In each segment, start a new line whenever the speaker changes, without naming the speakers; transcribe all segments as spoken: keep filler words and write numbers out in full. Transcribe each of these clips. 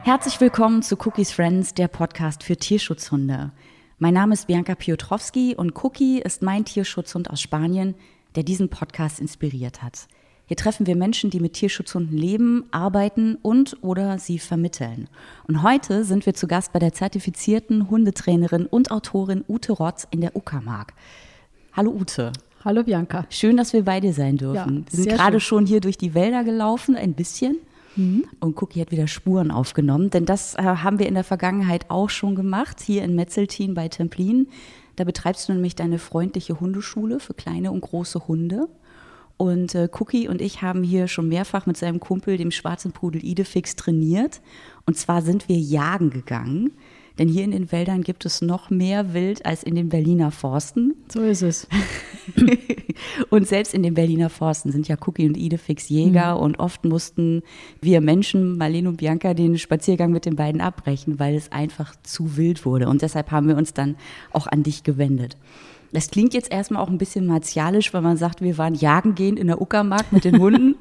Herzlich willkommen zu Cookies Friends, der Podcast für Tierschutzhunde. Mein Name ist Bianca Piotrowski und Cookie ist mein Tierschutzhund aus Spanien, der diesen Podcast inspiriert hat. Hier treffen wir Menschen, die mit Tierschutzhunden leben, arbeiten und oder sie vermitteln. Und heute sind wir zu Gast bei der zertifizierten Hundetrainerin und Autorin Ute Rotz in der Uckermark. Hallo Ute.
Hallo Bianca.
Schön, dass wir bei dir sein dürfen.
Ja,
wir sind gerade schon hier durch die Wälder gelaufen, ein bisschen. Mhm. Und Cookie hat wieder Spuren aufgenommen, denn das äh, haben wir in der Vergangenheit auch schon gemacht, hier in Metzeltin bei Templin. Da betreibst du nämlich deine freundliche Hundeschule für kleine und große Hunde. Und äh, Cookie und ich haben hier schon mehrfach mit seinem Kumpel, dem schwarzen Pudel Idefix, trainiert. Und zwar sind wir jagen gegangen. Denn hier in den Wäldern gibt es noch mehr Wild als in den Berliner Forsten.
So ist es.
Und selbst in den Berliner Forsten sind ja Cookie und Idefix Jäger. Mhm. Und oft mussten wir Menschen, Marlene und Bianca, den Spaziergang mit den beiden abbrechen, weil es einfach zu wild wurde. Und deshalb haben wir uns dann auch an dich gewendet. Das klingt jetzt erstmal auch ein bisschen martialisch, weil man sagt, wir waren jagen gehen in der Uckermark mit den Hunden.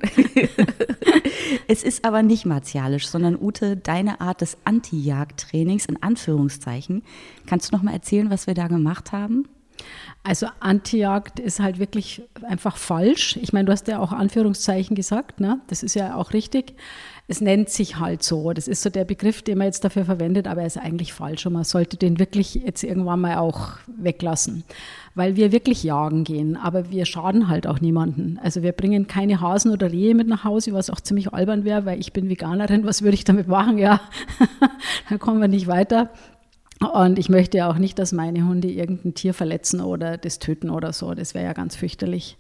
Es ist aber nicht martialisch, sondern Ute, deine Art des Anti-Jagd-Trainings in Anführungszeichen. Kannst du noch mal erzählen, was wir da gemacht haben?
Also Anti-Jagd ist halt wirklich einfach falsch. Ich meine, du hast ja auch Anführungszeichen gesagt, ne? Das ist ja auch richtig. Es nennt sich halt so. Das ist so der Begriff, den man jetzt dafür verwendet, aber er ist eigentlich falsch und man sollte den wirklich jetzt irgendwann mal auch weglassen. Weil wir wirklich jagen gehen, aber wir schaden halt auch niemanden. Also wir bringen keine Hasen oder Rehe mit nach Hause, was auch ziemlich albern wäre, weil ich bin Veganerin, was würde ich damit machen? Ja, dann kommen wir nicht weiter. Und ich möchte ja auch nicht, dass meine Hunde irgendein Tier verletzen oder das töten oder so. Das wäre ja ganz fürchterlich.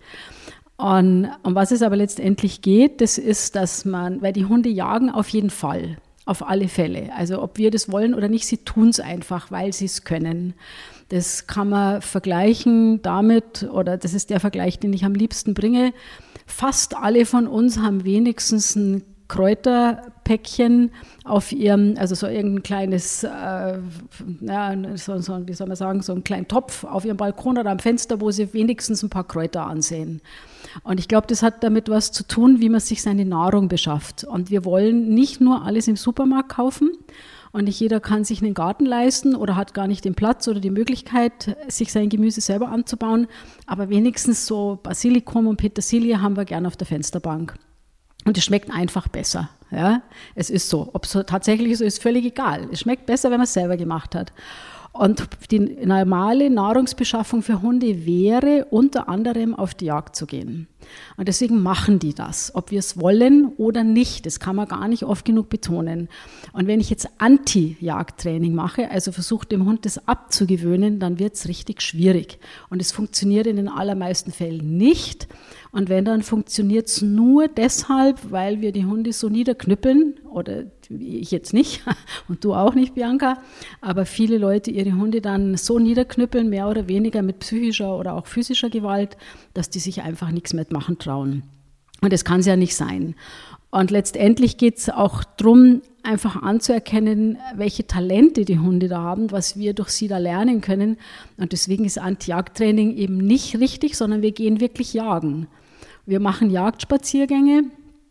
Und um was es aber letztendlich geht, das ist, dass man, weil die Hunde jagen auf jeden Fall, auf alle Fälle. Also ob wir das wollen oder nicht, sie tun es einfach, weil sie es können. Das kann man vergleichen damit, oder das ist der Vergleich, den ich am liebsten bringe. Fast alle von uns haben wenigstens ein Kräuterpäckchen auf ihrem, also so irgendein kleines, äh, ja, so, so, wie soll man sagen, so einen kleinen Topf auf ihrem Balkon oder am Fenster, wo sie wenigstens ein paar Kräuter ansehen. Und ich glaube, das hat damit was zu tun, wie man sich seine Nahrung beschafft. Und wir wollen nicht nur alles im Supermarkt kaufen und nicht jeder kann sich einen Garten leisten oder hat gar nicht den Platz oder die Möglichkeit, sich sein Gemüse selber anzubauen, aber wenigstens so Basilikum und Petersilie haben wir gerne auf der Fensterbank. Und es schmeckt einfach besser. Ja? Es ist so. Ob es so tatsächlich so ist, völlig egal. Es schmeckt besser, wenn man es selber gemacht hat. Und die normale Nahrungsbeschaffung für Hunde wäre, unter anderem auf die Jagd zu gehen. Und deswegen machen die das, ob wir es wollen oder nicht. Das kann man gar nicht oft genug betonen. Und wenn ich jetzt Anti-Jagdtraining mache, also versuche dem Hund das abzugewöhnen, dann wird es richtig schwierig. Und es funktioniert in den allermeisten Fällen nicht. Und wenn, dann funktioniert es nur deshalb, weil wir die Hunde so niederknüppeln, oder ich jetzt nicht und du auch nicht, Bianca, aber viele Leute ihre Hunde dann so niederknüppeln, mehr oder weniger mit psychischer oder auch physischer Gewalt, dass die sich einfach nichts mehr machen trauen. Und das kann es ja nicht sein. Und letztendlich geht es auch darum, einfach anzuerkennen, welche Talente die Hunde da haben, was wir durch sie da lernen können. Und deswegen ist Anti-Jagd-Training eben nicht richtig, sondern wir gehen wirklich jagen. Wir machen Jagdspaziergänge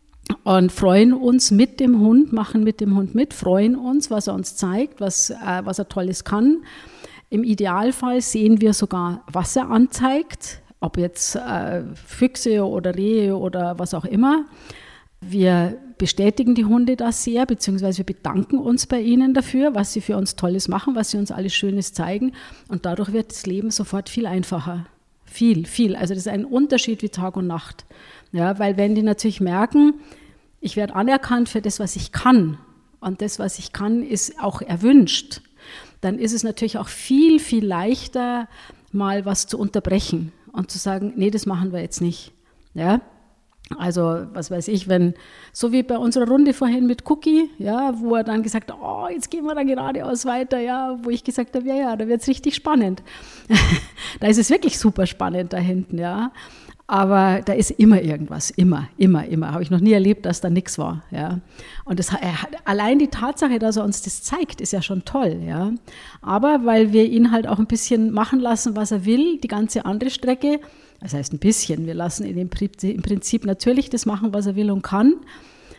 und freuen uns mit dem Hund, machen mit dem Hund mit, freuen uns, was er uns zeigt, was, äh, was er Tolles kann. Im Idealfall sehen wir sogar, was er anzeigt, ob jetzt äh, Füchse oder Rehe oder was auch immer. Wir bestätigen die Hunde da sehr, beziehungsweise wir bedanken uns bei ihnen dafür, was sie für uns Tolles machen, was sie uns alles Schönes zeigen. Und dadurch wird das Leben sofort viel einfacher. Viel, viel. Also das ist ein Unterschied wie Tag und Nacht. Ja, weil wenn die natürlich merken, ich werde anerkannt für das, was ich kann, und das, was ich kann, ist auch erwünscht, dann ist es natürlich auch viel, viel leichter, mal was zu unterbrechen und zu sagen, nee, das machen wir jetzt nicht. Ja? Also, was weiß ich, wenn, so wie bei unserer Runde vorhin mit Cookie, ja, wo er dann gesagt hat, oh, jetzt gehen wir da geradeaus weiter, ja, wo ich gesagt habe, ja, ja, da wird es richtig spannend. Da ist es wirklich super spannend da hinten, ja. Aber da ist immer irgendwas, immer, immer, immer. Habe ich noch nie erlebt, dass da nichts war, ja. Und das, allein die Tatsache, dass er uns das zeigt, ist ja schon toll, ja. Aber weil wir ihn halt auch ein bisschen machen lassen, was er will, die ganze andere Strecke, das heißt ein bisschen, wir lassen ihn im Prinzip natürlich das machen, was er will und kann.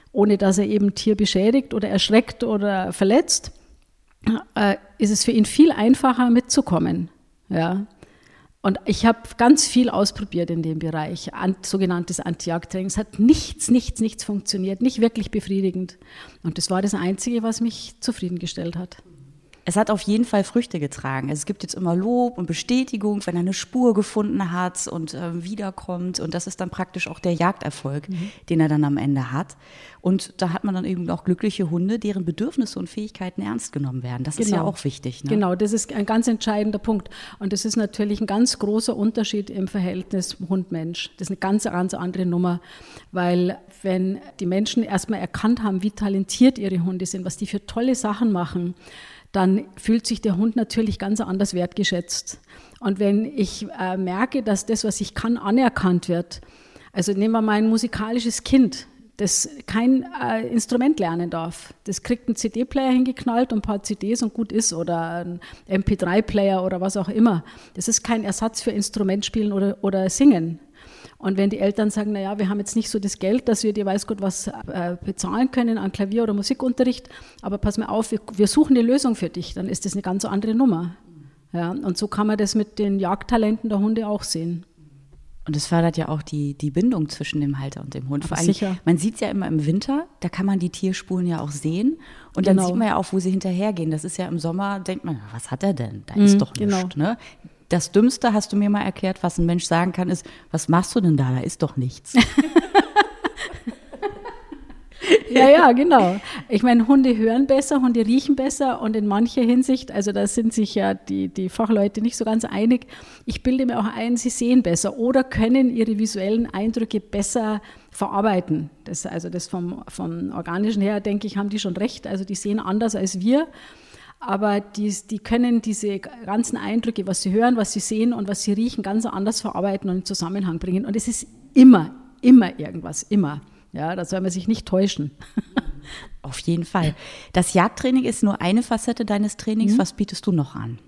ohne dass er eben ein Tier beschädigt oder erschreckt oder verletzt, äh, ist es für ihn viel einfacher mitzukommen. Ja. Und ich habe ganz viel ausprobiert in dem Bereich, an, sogenanntes Anti-Jagd-Training. Es hat nichts, nichts, nichts funktioniert, nicht wirklich befriedigend. Und das war das Einzige, was mich zufriedengestellt hat.
Es hat auf jeden Fall Früchte getragen. Es gibt jetzt immer Lob und Bestätigung, wenn er eine Spur gefunden hat und äh, wiederkommt. Und das ist dann praktisch auch der Jagderfolg, mhm. den er dann am Ende hat. Und da hat man dann eben auch glückliche Hunde, deren Bedürfnisse und Fähigkeiten ernst genommen werden. Das genau. ist ja auch wichtig. Ne?
Genau, das ist ein ganz entscheidender Punkt. Und das ist natürlich ein ganz großer Unterschied im Verhältnis Hund-Mensch. Das ist eine ganz, ganz andere Nummer, weil wenn die Menschen erstmal erkannt haben, wie talentiert ihre Hunde sind, was die für tolle Sachen machen, dann fühlt sich der Hund natürlich ganz anders wertgeschätzt. Und wenn ich äh, merke, dass das, was ich kann, anerkannt wird, also nehmen wir mal ein musikalisches Kind, das kein äh, Instrument lernen darf, das kriegt einen C D-Player hingeknallt und ein paar C Ds und gut ist oder ein M P drei Player oder was auch immer. Das ist kein Ersatz für Instrumentspielen oder, oder Singen. Und wenn die Eltern sagen, naja, wir haben jetzt nicht so das Geld, dass wir dir weiß Gott was äh, bezahlen können an Klavier- oder Musikunterricht, aber pass mal auf, wir, wir suchen eine Lösung für dich, dann ist das eine ganz andere Nummer. Ja, und so kann man das mit den Jagdtalenten der Hunde auch sehen.
Und es fördert ja auch die, die Bindung zwischen dem Halter und dem Hund.
Aber
Vor allem,
sicher.
Man sieht es ja immer im Winter, da kann man die Tierspuren ja auch sehen. Und
genau.
dann sieht man ja auch, wo sie hinterhergehen. Das ist ja im Sommer, denkt man, was hat er denn? Da ist mhm, doch nichts. Genau. Ne? Das Dümmste, hast du mir mal erklärt, was ein Mensch sagen kann, ist, was machst du denn da? Da ist doch nichts.
Ja, ja, genau. Ich meine, Hunde hören besser, Hunde riechen besser und in mancher Hinsicht, also da sind sich ja die, die Fachleute nicht so ganz einig. Ich bilde mir auch ein, sie sehen besser oder können ihre visuellen Eindrücke besser verarbeiten. Das, also das vom, vom Organischen her, denke ich, haben die schon recht. Also die sehen anders als wir. Aber die, die können diese ganzen Eindrücke, was sie hören, was sie sehen und was sie riechen, ganz anders verarbeiten und in Zusammenhang bringen. Und es ist immer, immer irgendwas, immer. Ja, da soll man sich nicht täuschen.
Auf jeden Fall. Das Jagdtraining ist nur eine Facette deines Trainings. Mhm. Was bietest du noch an?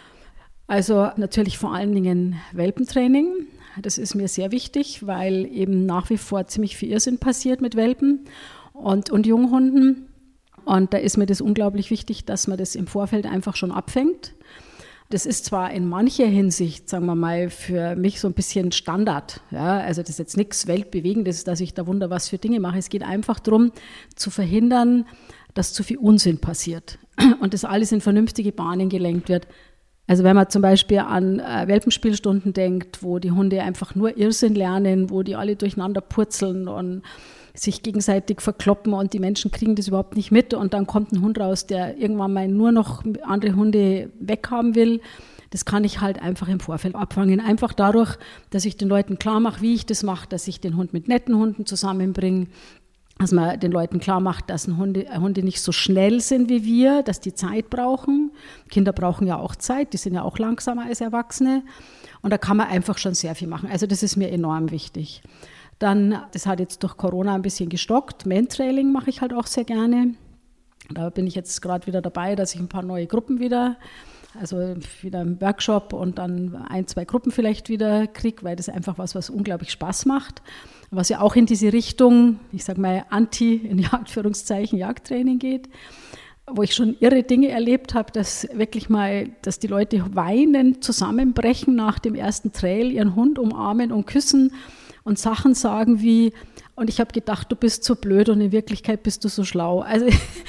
Also natürlich vor allen Dingen Welpentraining. Das ist mir sehr wichtig, weil eben nach wie vor ziemlich viel Irrsinn passiert mit Welpen und, und Junghunden. Und da ist mir das unglaublich wichtig, dass man das im Vorfeld einfach schon abfängt. Das ist zwar in mancher Hinsicht, sagen wir mal, für mich so ein bisschen Standard. Ja, also das ist jetzt nichts Weltbewegendes, dass ich da wunder was für Dinge mache. Es geht einfach darum, zu verhindern, dass zu viel Unsinn passiert und das alles in vernünftige Bahnen gelenkt wird. Also wenn man zum Beispiel an äh, Welpenspielstunden denkt, wo die Hunde einfach nur Irrsinn lernen, wo die alle durcheinander purzeln und sich gegenseitig verkloppen und die Menschen kriegen das überhaupt nicht mit und dann kommt ein Hund raus, der irgendwann mal nur noch andere Hunde weghaben will. Das kann ich halt einfach im Vorfeld abfangen. Einfach dadurch, dass ich den Leuten klar mache, wie ich das mache, dass ich den Hund mit netten Hunden zusammenbringe, dass man den Leuten klar macht, dass Hunde, Hunde nicht so schnell sind wie wir, dass die Zeit brauchen. Kinder brauchen ja auch Zeit, die sind ja auch langsamer als Erwachsene. Und da kann man einfach schon sehr viel machen. Also das ist mir enorm wichtig. Dann, das hat jetzt durch Corona ein bisschen gestockt, Mantrailing mache ich halt auch sehr gerne. Da bin ich jetzt gerade wieder dabei, dass ich ein paar neue Gruppen wieder, also wieder im Workshop und dann ein, zwei Gruppen vielleicht wieder kriege, weil das einfach was, was unglaublich Spaß macht. Was ja auch in diese Richtung, ich sage mal Anti, in Jagdführungszeichen, Jagdtraining geht, wo ich schon irre Dinge erlebt habe, dass wirklich mal, dass die Leute weinend zusammenbrechen nach dem ersten Trail, ihren Hund umarmen und küssen und Sachen sagen wie, und ich habe gedacht, du bist so blöd und in Wirklichkeit bist du so schlau. Also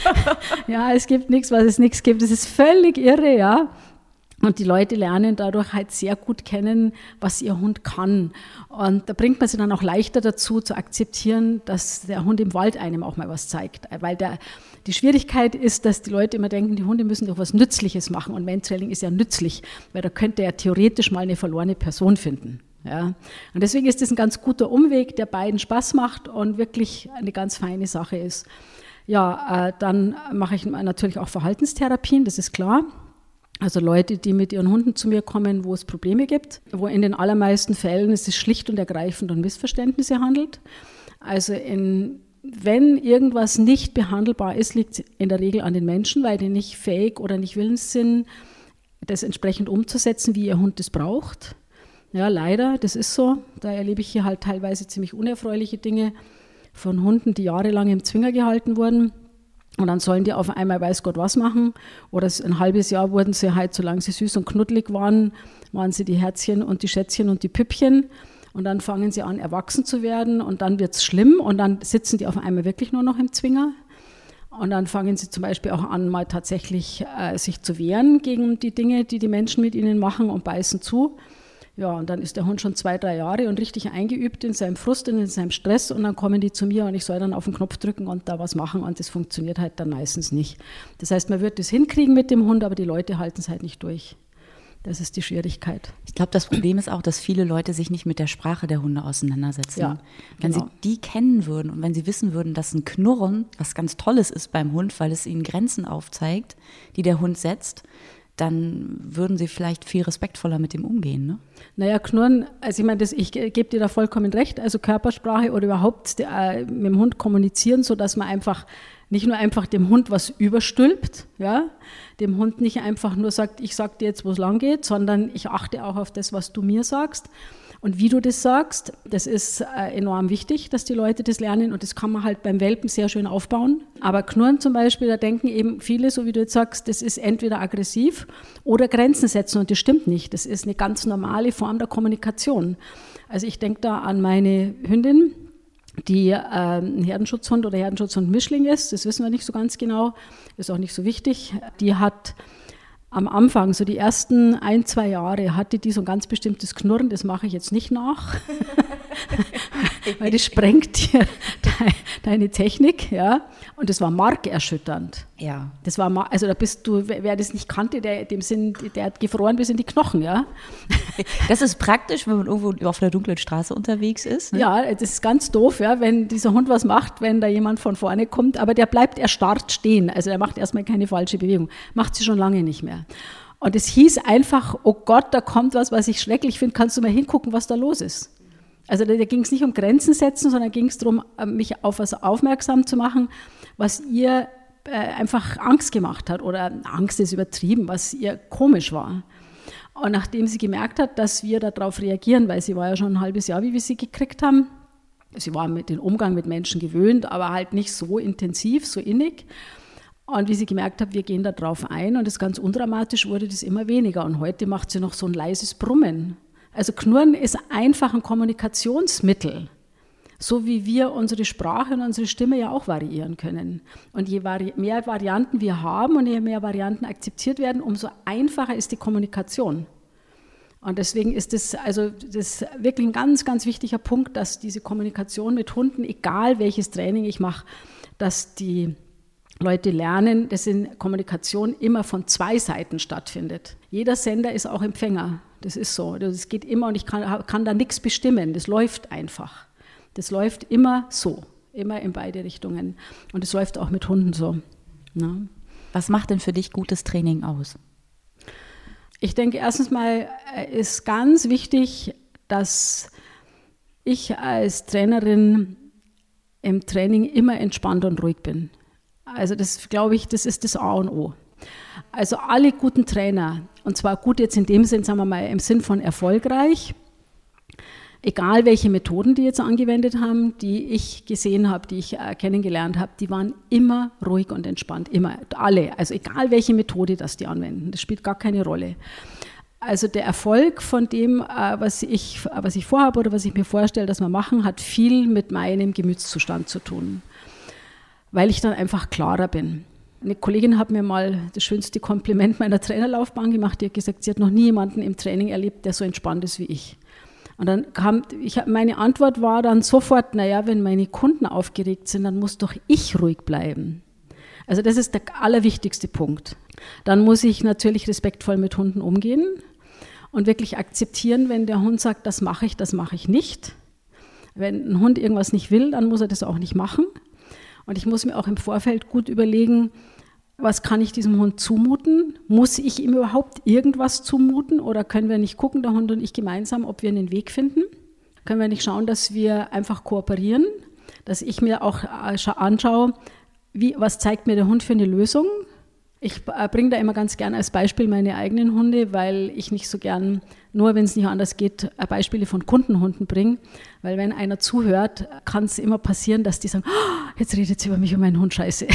ja, es gibt nichts, was es nichts gibt. Das ist völlig irre, ja. Und die Leute lernen dadurch halt sehr gut kennen, was ihr Hund kann. Und da bringt man sie dann auch leichter dazu, zu akzeptieren, dass der Hund im Wald einem auch mal was zeigt. Weil der, die Schwierigkeit ist, dass die Leute immer denken, die Hunde müssen doch was Nützliches machen. Und Mantrailing ist ja nützlich, weil da könnte er theoretisch mal eine verlorene Person finden. Ja. Und deswegen ist das ein ganz guter Umweg, der beiden Spaß macht und wirklich eine ganz feine Sache ist. Ja, äh, dann mache ich natürlich auch Verhaltenstherapien, das ist klar. Also Leute, die mit ihren Hunden zu mir kommen, wo es Probleme gibt, wo in den allermeisten Fällen es sich schlicht und ergreifend um Missverständnisse handelt. Also in, wenn irgendwas nicht behandelbar ist, liegt es in der Regel an den Menschen, weil die nicht fähig oder nicht willens sind, das entsprechend umzusetzen, wie ihr Hund das braucht. Ja, leider, das ist so. Da erlebe ich hier halt teilweise ziemlich unerfreuliche Dinge. von Hunden, die jahrelang im Zwinger gehalten wurden. Und dann sollen die auf einmal weiß Gott was machen. Oder ein halbes Jahr wurden sie halt, solange sie süß und knuddelig waren, waren sie die Herzchen und die Schätzchen und die Püppchen. Und dann fangen sie an, erwachsen zu werden. Und dann wird es schlimm. Und dann sitzen die auf einmal wirklich nur noch im Zwinger. Und dann fangen sie zum Beispiel auch an, mal tatsächlich äh, sich zu wehren gegen die Dinge, die die Menschen mit ihnen machen und beißen zu. Ja, und dann ist der Hund schon zwei, drei Jahre und richtig eingeübt in seinem Frust und in seinem Stress. Und dann kommen die zu mir und ich soll dann auf den Knopf drücken und da was machen. Und das funktioniert halt dann meistens nicht. Das heißt, man wird das hinkriegen mit dem Hund, aber die Leute halten es halt nicht durch. Das ist die Schwierigkeit.
Ich glaube, das Problem ist auch, dass viele Leute sich nicht mit der Sprache der Hunde auseinandersetzen.
Ja,
wenn
genau.
sie die kennen würden und wenn sie wissen würden, dass ein Knurren was ganz Tolles ist beim Hund, weil es ihnen Grenzen aufzeigt, die der Hund setzt, dann würden sie vielleicht viel respektvoller mit dem umgehen, ne?
Naja, Knurren, also ich meine, das, ich gebe dir da vollkommen recht, also Körpersprache oder überhaupt äh, mit dem Hund kommunizieren, sodass man einfach nicht nur einfach dem Hund was überstülpt, ja, dem Hund nicht einfach nur sagt, ich sag dir jetzt, wo es lang geht, sondern ich achte auch auf das, was du mir sagst. Und wie du das sagst, das ist äh, enorm wichtig, dass die Leute das lernen und das kann man halt beim Welpen sehr schön aufbauen. Aber Knurren zum Beispiel, da denken eben viele, so wie du jetzt sagst, das ist entweder aggressiv oder Grenzen setzen und das stimmt nicht. Das ist eine ganz normale Form der Kommunikation. Also ich denke da an meine Hündin, die äh, ein Herdenschutzhund oder Herdenschutzhund-Mischling ist, das wissen wir nicht so ganz genau, ist auch nicht so wichtig. Die hat am Anfang, so die ersten ein, zwei Jahre, hatte die so ein ganz bestimmtes Knurren, das mache ich jetzt nicht nach, weil das sprengt dir deine Technik, ja, und das war markerschütternd.
Ja.
Das war, also da bist du, wer das nicht kannte, der, dem sind, der hat gefroren bis in die Knochen, ja.
Das ist praktisch, wenn man irgendwo auf einer dunklen Straße unterwegs ist, ne?
Ja, das ist ganz doof, ja, wenn dieser Hund was macht, wenn da jemand von vorne kommt, aber der bleibt erstarrt stehen, also der macht erstmal keine falsche Bewegung, macht sie schon lange nicht mehr. Und es hieß einfach, oh Gott, da kommt was, was ich schrecklich finde, kannst du mal hingucken, was da los ist. Also da, da ging es nicht um Grenzen setzen, sondern ging es darum, mich auf was aufmerksam zu machen, was ihr äh, einfach Angst gemacht hat oder Angst ist übertrieben, was ihr komisch war. Und nachdem sie gemerkt hat, dass wir darauf reagieren, weil sie war ja schon ein halbes Jahr, wie wir sie gekriegt haben, sie war mit dem Umgang mit Menschen gewöhnt, aber halt nicht so intensiv, so innig. Und wie sie gemerkt hat, wir gehen da drauf ein und das ganz undramatisch wurde das immer weniger. Und heute macht sie noch so ein leises Brummen. Also Knurren ist einfach ein Kommunikationsmittel, so wie wir unsere Sprache und unsere Stimme ja auch variieren können. Und je vari- mehr Varianten wir haben und je mehr Varianten akzeptiert werden, umso einfacher ist die Kommunikation. Und deswegen ist das also das ist wirklich ein ganz, ganz wichtiger Punkt, dass diese Kommunikation mit Hunden, egal welches Training ich mache, dass die Leute lernen, dass in Kommunikation immer von zwei Seiten stattfindet. Jeder Sender ist auch Empfänger. Das ist so. Das geht immer und ich kann, kann da nichts bestimmen. Das läuft einfach. Das läuft immer so, immer in beide Richtungen. Und es läuft auch mit Hunden so. Ja.
Was macht denn für dich gutes Training aus?
Ich denke, erstens mal ist ganz wichtig, dass ich als Trainerin im Training immer entspannt und ruhig bin. Also das, glaube ich, das ist das A und O. Also alle guten Trainer, und zwar gut jetzt in dem Sinn, sagen wir mal, im Sinn von erfolgreich, egal welche Methoden die jetzt angewendet haben, die ich gesehen habe, die ich äh, kennengelernt habe, die waren immer ruhig und entspannt, immer, alle. Also egal welche Methode das die anwenden, das spielt gar keine Rolle. Also der Erfolg von dem, äh, was ich, was ich vorhabe oder was ich mir vorstelle, dass wir machen, hat viel mit meinem Gemütszustand zu tun, weil ich dann einfach klarer bin. Eine Kollegin hat mir mal das schönste Kompliment meiner Trainerlaufbahn gemacht, die hat gesagt, sie hat noch nie jemanden im Training erlebt, der so entspannt ist wie ich. Und dann kam, ich, meine Antwort war dann sofort, naja, wenn meine Kunden aufgeregt sind, dann muss doch ich ruhig bleiben. Also das ist der allerwichtigste Punkt. Dann muss ich natürlich respektvoll mit Hunden umgehen und wirklich akzeptieren, wenn der Hund sagt, das mache ich, das mache ich nicht. Wenn ein Hund irgendwas nicht will, dann muss er das auch nicht machen. Und ich muss mir auch im Vorfeld gut überlegen, was kann ich diesem Hund zumuten? Muss ich ihm überhaupt irgendwas zumuten oder können wir nicht gucken, der Hund und ich gemeinsam, ob wir einen Weg finden? Können wir nicht schauen, dass wir einfach kooperieren, dass ich mir auch anschaue, wie, was zeigt mir der Hund für eine Lösung? Ich äh, bringe da immer ganz gern als Beispiel meine eigenen Hunde, weil ich nicht so gern, nur wenn es nicht anders geht, äh, Beispiele von Kundenhunden bringe. Weil wenn einer zuhört, kann es immer passieren, dass die sagen, oh, jetzt redet sie über mich und meinen Hund, scheiße.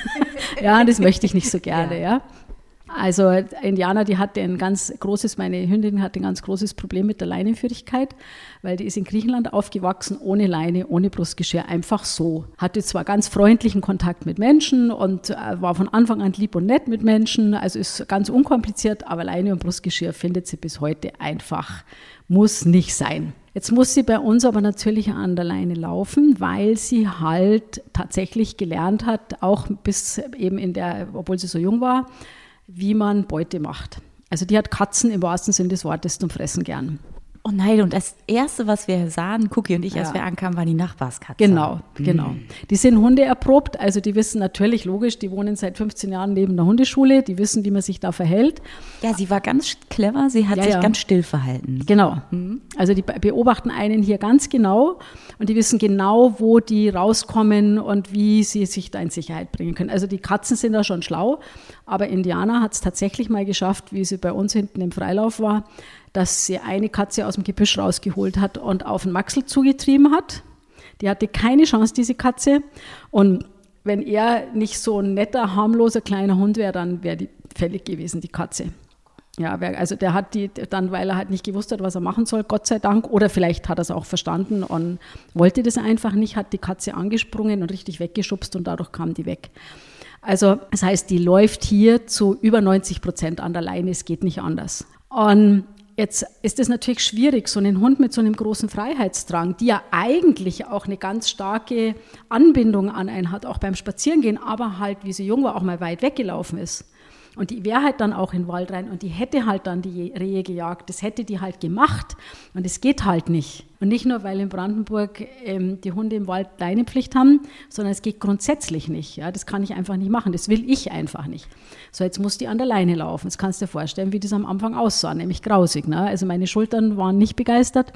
Ja, das möchte ich nicht so gerne, ja. ja. Also Indiana, die hatte ein ganz großes, meine Hündin hatte ein ganz großes Problem mit der Leinenführigkeit, weil die ist in Griechenland aufgewachsen, ohne Leine, ohne Brustgeschirr, einfach so. Hatte zwar ganz freundlichen Kontakt mit Menschen und war von Anfang an lieb und nett mit Menschen, also ist ganz unkompliziert, aber Leine und Brustgeschirr findet sie bis heute einfach, muss nicht sein. Jetzt muss sie bei uns aber natürlich an der Leine laufen, weil sie halt tatsächlich gelernt hat, auch bis eben in der, obwohl sie so jung war, wie man Beute macht. Also die hat Katzen im wahrsten Sinne des Wortes zum Fressen gern.
Oh nein, und das Erste, was wir sahen, Cookie und ich,
ja.
als wir ankamen, war die Nachbarskatze.
Genau, mhm. genau. Die sind Hunde erprobt, also die wissen natürlich, logisch, die wohnen seit fünfzehn Jahren neben der Hundeschule, die wissen, wie man sich da verhält.
Ja, sie war ganz clever, sie hat
ja,
sich
ja.
ganz still verhalten.
Genau, mhm. also die beobachten einen hier ganz genau und die wissen genau, wo die rauskommen und wie sie sich da in Sicherheit bringen können. Also die Katzen sind da schon schlau, aber Indiana hat es tatsächlich mal geschafft, wie sie bei uns hinten im Freilauf war, dass sie eine Katze aus dem Gebüsch rausgeholt hat und auf den Maxl zugetrieben hat. Die hatte keine Chance, diese Katze. Und wenn er nicht so ein netter, harmloser kleiner Hund wäre, dann wäre die fällig gewesen, die Katze. Ja, also der hat die dann, weil er halt nicht gewusst hat, was er machen soll, Gott sei Dank, oder vielleicht hat er es auch verstanden und wollte das einfach nicht, hat die Katze angesprungen und richtig weggeschubst und dadurch kam die weg. Also das heißt, die läuft hier zu über neunzig Prozent an der Leine, es geht nicht anders. Und jetzt ist es natürlich schwierig, so einen Hund mit so einem großen Freiheitsdrang, die ja eigentlich auch eine ganz starke Anbindung an einen hat, auch beim Spazierengehen, aber halt, wie sie jung war, auch mal weit weggelaufen ist. Und die wäre halt dann auch in den Wald rein und die hätte halt dann die Rehe gejagt. Das hätte die halt gemacht und es geht halt nicht. Und nicht nur, weil in Brandenburg ähm, die Hunde im Wald Leinenpflicht haben, sondern es geht grundsätzlich nicht. Ja, das kann ich einfach nicht machen, das will ich einfach nicht. So, jetzt muss die an der Leine laufen. Jetzt kannst du dir vorstellen, wie das am Anfang aussah, nämlich grausig. Ne? Also meine Schultern waren nicht begeistert.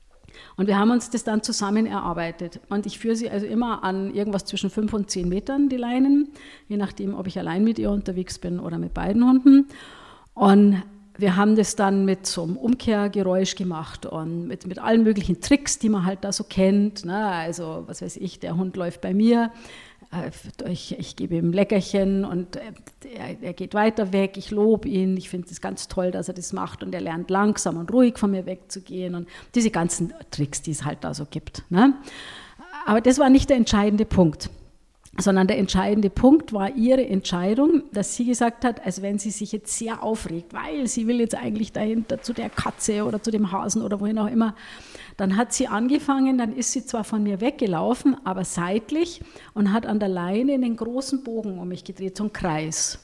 Und wir haben uns das dann zusammen erarbeitet. Und ich führe sie also immer an irgendwas zwischen fünf und zehn Metern, die Leinen, je nachdem, ob ich allein mit ihr unterwegs bin oder mit beiden Hunden. Und wir haben das dann mit so einem Umkehrgeräusch gemacht und mit, mit allen möglichen Tricks, die man halt da so kennt. Ne? Also, was weiß ich, der Hund läuft bei mir, ich, ich gebe ihm ein Leckerchen und er, er geht weiter weg, ich lobe ihn, ich finde es ganz toll, dass er das macht und er lernt langsam und ruhig von mir wegzugehen und diese ganzen Tricks, die es halt da so gibt. Ne? Aber das war nicht der entscheidende Punkt, sondern der entscheidende Punkt war ihre Entscheidung, dass sie gesagt hat, also wenn sie sich jetzt sehr aufregt, weil sie will jetzt eigentlich dahinter zu der Katze oder zu dem Hasen oder wohin auch immer, dann hat sie angefangen, dann ist sie zwar von mir weggelaufen, aber seitlich und hat an der Leine einen großen Bogen um mich gedreht, so einen Kreis.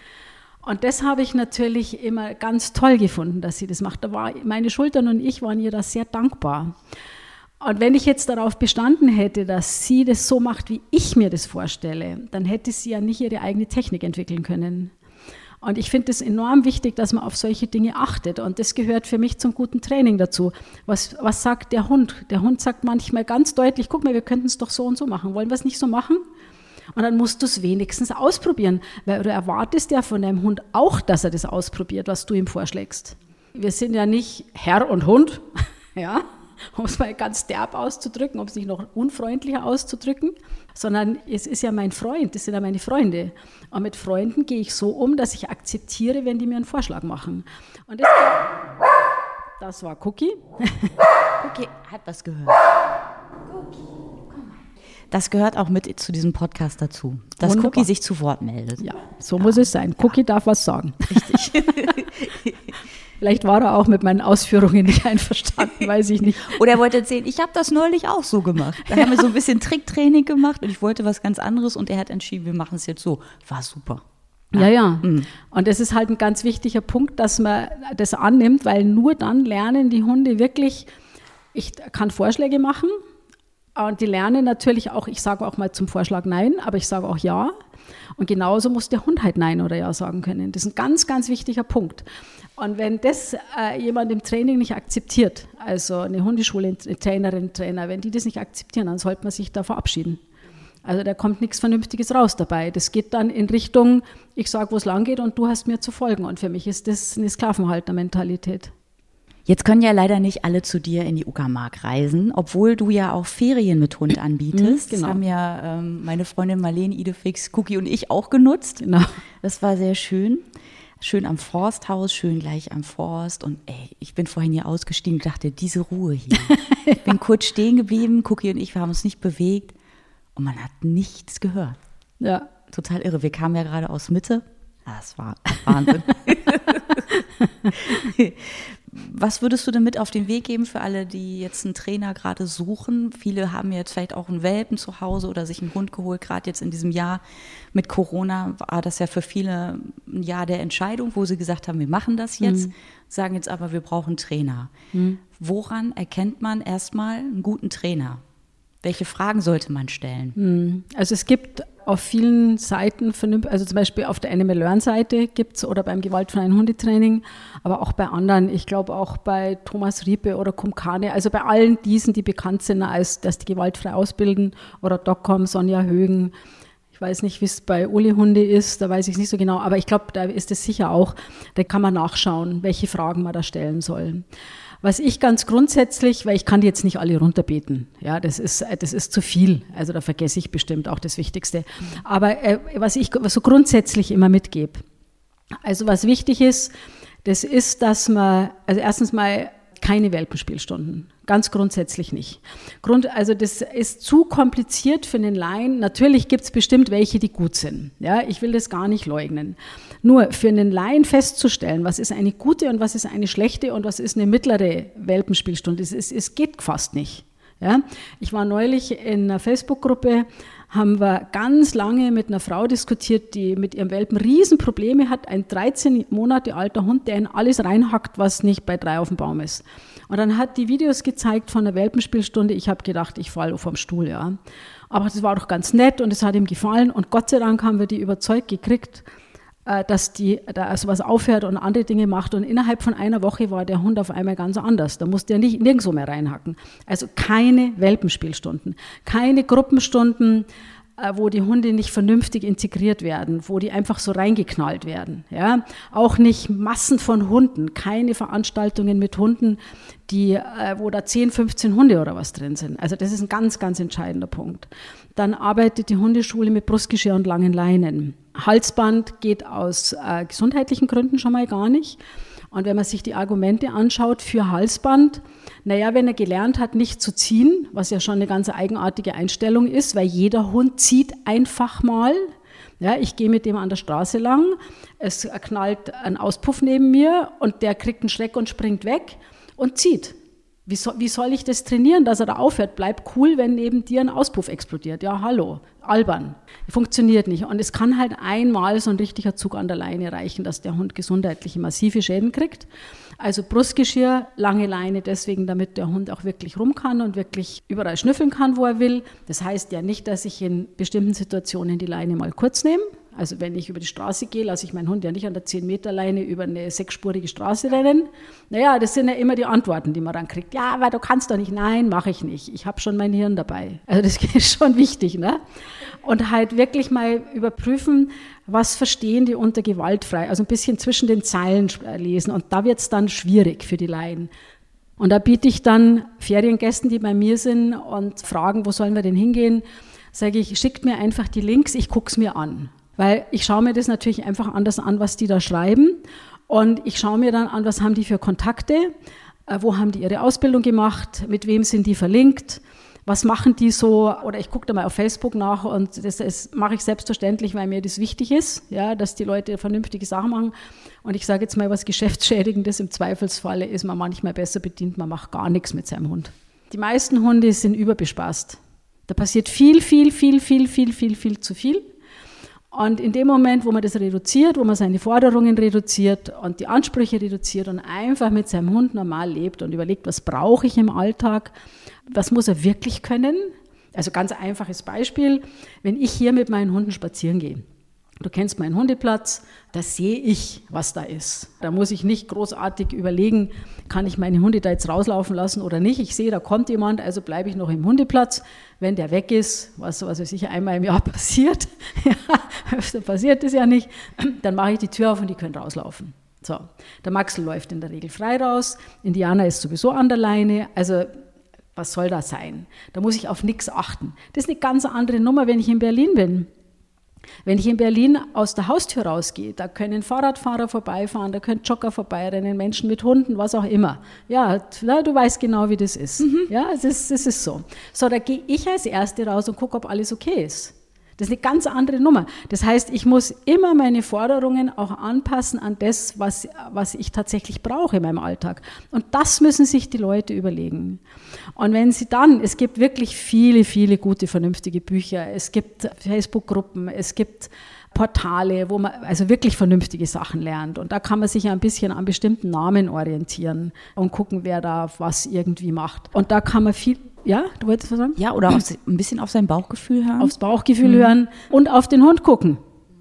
Und das habe ich natürlich immer ganz toll gefunden, dass sie das macht. Da war, meine Schultern und ich waren ihr da sehr dankbar. Und wenn ich jetzt darauf bestanden hätte, dass sie das so macht, wie ich mir das vorstelle, dann hätte sie ja nicht ihre eigene Technik entwickeln können. Und ich finde es enorm wichtig, dass man auf solche Dinge achtet. Und das gehört für mich zum guten Training dazu. Was, was sagt der Hund? Der Hund sagt manchmal ganz deutlich, guck mal, wir könnten es doch so und so machen. Wollen wir es nicht so machen? Und dann musst du es wenigstens ausprobieren. Weil du erwartest ja von deinem Hund auch, dass er das ausprobiert, was du ihm vorschlägst. Wir sind ja nicht Herr und Hund, ja, um es mal ganz derb auszudrücken, um es nicht noch unfreundlicher auszudrücken, sondern es ist ja mein Freund, das sind ja meine Freunde. Und mit Freunden gehe ich so um, dass ich akzeptiere, wenn die mir einen Vorschlag machen. Und das, das war Cookie.
Cookie hat was gehört. Cookie, komm mal. Das gehört auch mit zu diesem Podcast dazu, dass Wunderbar. Cookie sich zu Wort meldet.
Ja, so ja. muss es sein. Cookie ja. darf was sagen.
Richtig.
Vielleicht war er auch mit meinen Ausführungen nicht einverstanden, weiß ich nicht.
Oder er wollte erzählen, ich habe das neulich auch so gemacht. Da haben wir so ein bisschen Tricktraining gemacht und ich wollte was ganz anderes und er hat entschieden, wir machen es jetzt so. War super.
Ja, ja. ja. Mhm. Und das ist halt ein ganz wichtiger Punkt, dass man das annimmt, weil nur dann lernen die Hunde wirklich, ich kann Vorschläge machen und die lernen natürlich auch, ich sage auch mal zum Vorschlag Nein, aber ich sage auch Ja. Und genauso muss der Hund halt Nein oder Ja sagen können. Das ist ein ganz, ganz wichtiger Punkt. Und wenn das äh, jemand im Training nicht akzeptiert, also eine Hundeschule, eine Trainerin, Trainer, wenn die das nicht akzeptieren, dann sollte man sich da verabschieden. Also da kommt nichts Vernünftiges raus dabei. Das geht dann in Richtung, ich sage, wo es lang geht und du hast mir zu folgen. Und für mich ist das eine Sklavenhalter-Mentalität.
Jetzt können ja leider nicht alle zu dir in die Uckermark reisen, obwohl du ja auch Ferien mit Hund anbietest.
Genau.
Das haben ja ähm, meine Freundin Marlene, Idefix, Cookie und ich auch genutzt.
Genau.
Das war sehr schön. Schön am Forsthaus, schön gleich am Forst. Und ey, ich bin vorhin hier ausgestiegen und dachte, diese Ruhe hier. Ich bin kurz stehen geblieben, Cookie und ich, wir haben uns nicht bewegt und man hat nichts gehört.
Ja.
Total irre. Wir kamen ja gerade aus Mitte. Das war Wahnsinn. Was würdest du denn mit auf den Weg geben für alle, die jetzt einen Trainer gerade suchen? Viele haben jetzt vielleicht auch einen Welpen zu Hause oder sich einen Hund geholt. Gerade jetzt in diesem Jahr mit Corona war das ja für viele ein Jahr der Entscheidung, wo sie gesagt haben, wir machen das jetzt, mhm. sagen jetzt aber, wir brauchen einen Trainer. Mhm. Woran erkennt man erstmal einen guten Trainer? Welche Fragen sollte man stellen?
Also es gibt auf vielen Seiten, also zum Beispiel auf der Animal Learn Seite gibt es oder beim gewaltfreien Hundetraining, aber auch bei anderen, ich glaube auch bei Thomas Riepe oder Kumkane, also bei allen diesen, die bekannt sind, als dass die gewaltfrei ausbilden, oder DocCom, Sonja Högen. Ich weiß nicht, wie es bei Uli Hunde ist, da weiß ich es nicht so genau, aber ich glaube, da ist es sicher auch, da kann man nachschauen, welche Fragen man da stellen soll. Was ich ganz grundsätzlich, weil ich kann die jetzt nicht alle runterbeten, ja, das ist, das ist zu viel, also da vergesse ich bestimmt auch das Wichtigste. Aber äh, was ich so grundsätzlich immer mitgebe, also was wichtig ist, das ist, dass man, also erstens mal keine Welpenspielstunden, ganz grundsätzlich nicht. Grund, also das ist zu kompliziert für den Laien. Natürlich gibt es bestimmt welche, die gut sind. Ja, ich will das gar nicht leugnen. Nur für einen Laien festzustellen, was ist eine gute und was ist eine schlechte und was ist eine mittlere Welpenspielstunde, es, es, es geht fast nicht. Ja, ich war neulich in einer Facebook-Gruppe, haben wir ganz lange mit einer Frau diskutiert, die mit ihrem Welpen Riesenprobleme hat, ein dreizehn Monate alter Hund, der in alles reinhackt, was nicht bei drei auf dem Baum ist. Und dann hat die Videos gezeigt von der Welpenspielstunde, ich habe gedacht, ich falle vom Stuhl, ja. Aber das war doch ganz nett und es hat ihm gefallen und Gott sei Dank haben wir die überzeugt gekriegt, dass die da sowas aufhört und andere Dinge macht. Und innerhalb von einer Woche war der Hund auf einmal ganz anders. Da musste er nicht nirgendwo mehr reinhacken. Also keine Welpenspielstunden, keine Gruppenstunden, wo die Hunde nicht vernünftig integriert werden, wo die einfach so reingeknallt werden. Ja? Auch nicht Massen von Hunden, keine Veranstaltungen mit Hunden, die, wo da zehn, fünfzehn Hunde oder was drin sind. Also das ist ein ganz, ganz entscheidender Punkt. Dann arbeitet die Hundeschule mit Brustgeschirr und langen Leinen. Halsband geht aus äh, gesundheitlichen Gründen schon mal gar nicht. Und wenn man sich die Argumente anschaut für Halsband, naja, wenn er gelernt hat, nicht zu ziehen, was ja schon eine ganz eigenartige Einstellung ist, weil jeder Hund zieht einfach mal. Ja, ich gehe mit dem an der Straße lang, es knallt ein Auspuff neben mir und der kriegt einen Schreck und springt weg und zieht. Wie soll, wie soll ich das trainieren, dass er da aufhört? Bleib cool, wenn neben dir ein Auspuff explodiert. Ja, hallo, albern. Funktioniert nicht. Und es kann halt einmal so ein richtiger Zug an der Leine reichen, dass der Hund gesundheitliche, massive Schäden kriegt. Also Brustgeschirr, lange Leine, deswegen, damit der Hund auch wirklich rum kann und wirklich überall schnüffeln kann, wo er will. Das heißt ja nicht, dass ich in bestimmten Situationen die Leine mal kurz nehme. Also wenn ich über die Straße gehe, lasse ich meinen Hund ja nicht an der zehn Meter Leine über eine sechsspurige Straße rennen. Naja, das sind ja immer die Antworten, die man dann kriegt. Ja, aber du kannst doch nicht. Nein, mache ich nicht. Ich habe schon mein Hirn dabei. Also das ist schon wichtig, ne? Und halt wirklich mal überprüfen, was verstehen die unter gewaltfrei. Also ein bisschen zwischen den Zeilen lesen. Und da wird es dann schwierig für die Laien. Und da biete ich dann Feriengästen, die bei mir sind und fragen, wo sollen wir denn hingehen, sage ich, schickt mir einfach die Links, ich gucke es mir an. Weil ich schaue mir das natürlich einfach anders an, was die da schreiben. Und ich schaue mir dann an, was haben die für Kontakte, äh, wo haben die ihre Ausbildung gemacht, mit wem sind die verlinkt, was machen die so. Oder ich gucke da mal auf Facebook nach und das, das mache ich selbstverständlich, weil mir das wichtig ist, ja, dass die Leute vernünftige Sachen machen. Und ich sage jetzt mal, was Geschäftsschädigendes im Zweifelsfalle ist, man manchmal besser bedient, man macht gar nichts mit seinem Hund. Die meisten Hunde sind überbespaßt. Da passiert viel, viel, viel, viel, viel, viel, viel zu viel. Und in dem Moment, wo man das reduziert, wo man seine Forderungen reduziert und die Ansprüche reduziert und einfach mit seinem Hund normal lebt und überlegt, was brauche ich im Alltag, was muss er wirklich können. Also ganz einfaches Beispiel, wenn ich hier mit meinen Hunden spazieren gehe, Du kennst meinen Hundeplatz, da sehe ich, was da ist. Da muss ich nicht großartig überlegen, kann ich meine Hunde da jetzt rauslaufen lassen oder nicht. Ich sehe, da kommt jemand, also bleibe ich noch im Hundeplatz. Wenn der weg ist, was, was weiß ich, einmal im Jahr passiert, ja, öfter passiert das ja nicht, dann mache ich die Tür auf und die können rauslaufen. So, der Maxl läuft in der Regel frei raus, Indianer ist sowieso an der Leine, also was soll das sein? Da muss ich auf nichts achten. Das ist eine ganz andere Nummer, wenn ich in Berlin bin. Wenn ich in Berlin aus der Haustür rausgehe, da können Fahrradfahrer vorbeifahren, da können Jogger vorbeirennen, Menschen mit Hunden, was auch immer. Ja, du weißt genau, wie das ist. Mhm. Ja, das ist, das ist so. So, da gehe ich als Erste raus und gucke, ob alles okay ist. Das ist eine ganz andere Nummer. Das heißt, ich muss immer meine Forderungen auch anpassen an das, was, was ich tatsächlich brauche in meinem Alltag. Und das müssen sich die Leute überlegen. Und wenn sie dann, es gibt wirklich viele, viele gute, vernünftige Bücher, es gibt Facebook-Gruppen, es gibt Portale, wo man also wirklich vernünftige Sachen lernt. Und da kann man sich ein bisschen an bestimmten Namen orientieren und gucken, wer da was irgendwie macht. Und da kann man viel... Ja, du wolltest was sagen?
Ja, oder auf, ein bisschen auf sein Bauchgefühl hören.
Aufs Bauchgefühl mhm. hören und auf den Hund gucken.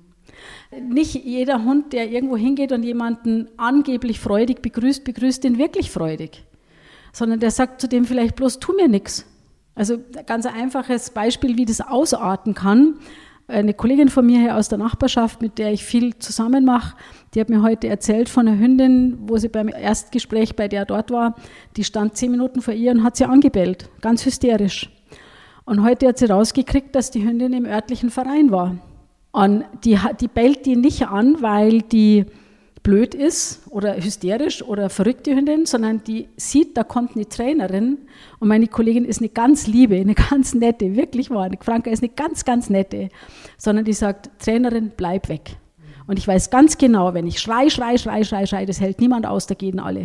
Nicht jeder Hund, der irgendwo hingeht und jemanden angeblich freudig begrüßt, begrüßt ihn wirklich freudig. Sondern der sagt zu dem vielleicht bloß, tu mir nichts. Also ein ganz einfaches Beispiel, wie das ausarten kann. Eine Kollegin von mir hier aus der Nachbarschaft, mit der ich viel zusammen mache, die hat mir heute erzählt von einer Hündin, wo sie beim Erstgespräch bei der dort war, die stand zehn Minuten vor ihr und hat sie angebellt, ganz hysterisch. Und heute hat sie rausgekriegt, dass die Hündin im örtlichen Verein war. Und die, die bellt die nicht an, weil die blöd ist oder hysterisch oder verrückt, die Hündin, sondern die sieht, da kommt eine Trainerin und meine Kollegin ist eine ganz liebe, eine ganz nette, wirklich wahr, die Franka ist eine ganz, ganz nette, sondern die sagt, Trainerin, bleib weg. Und ich weiß ganz genau, wenn ich schrei, schrei, schrei, schrei, schrei, das hält niemand aus, da gehen alle.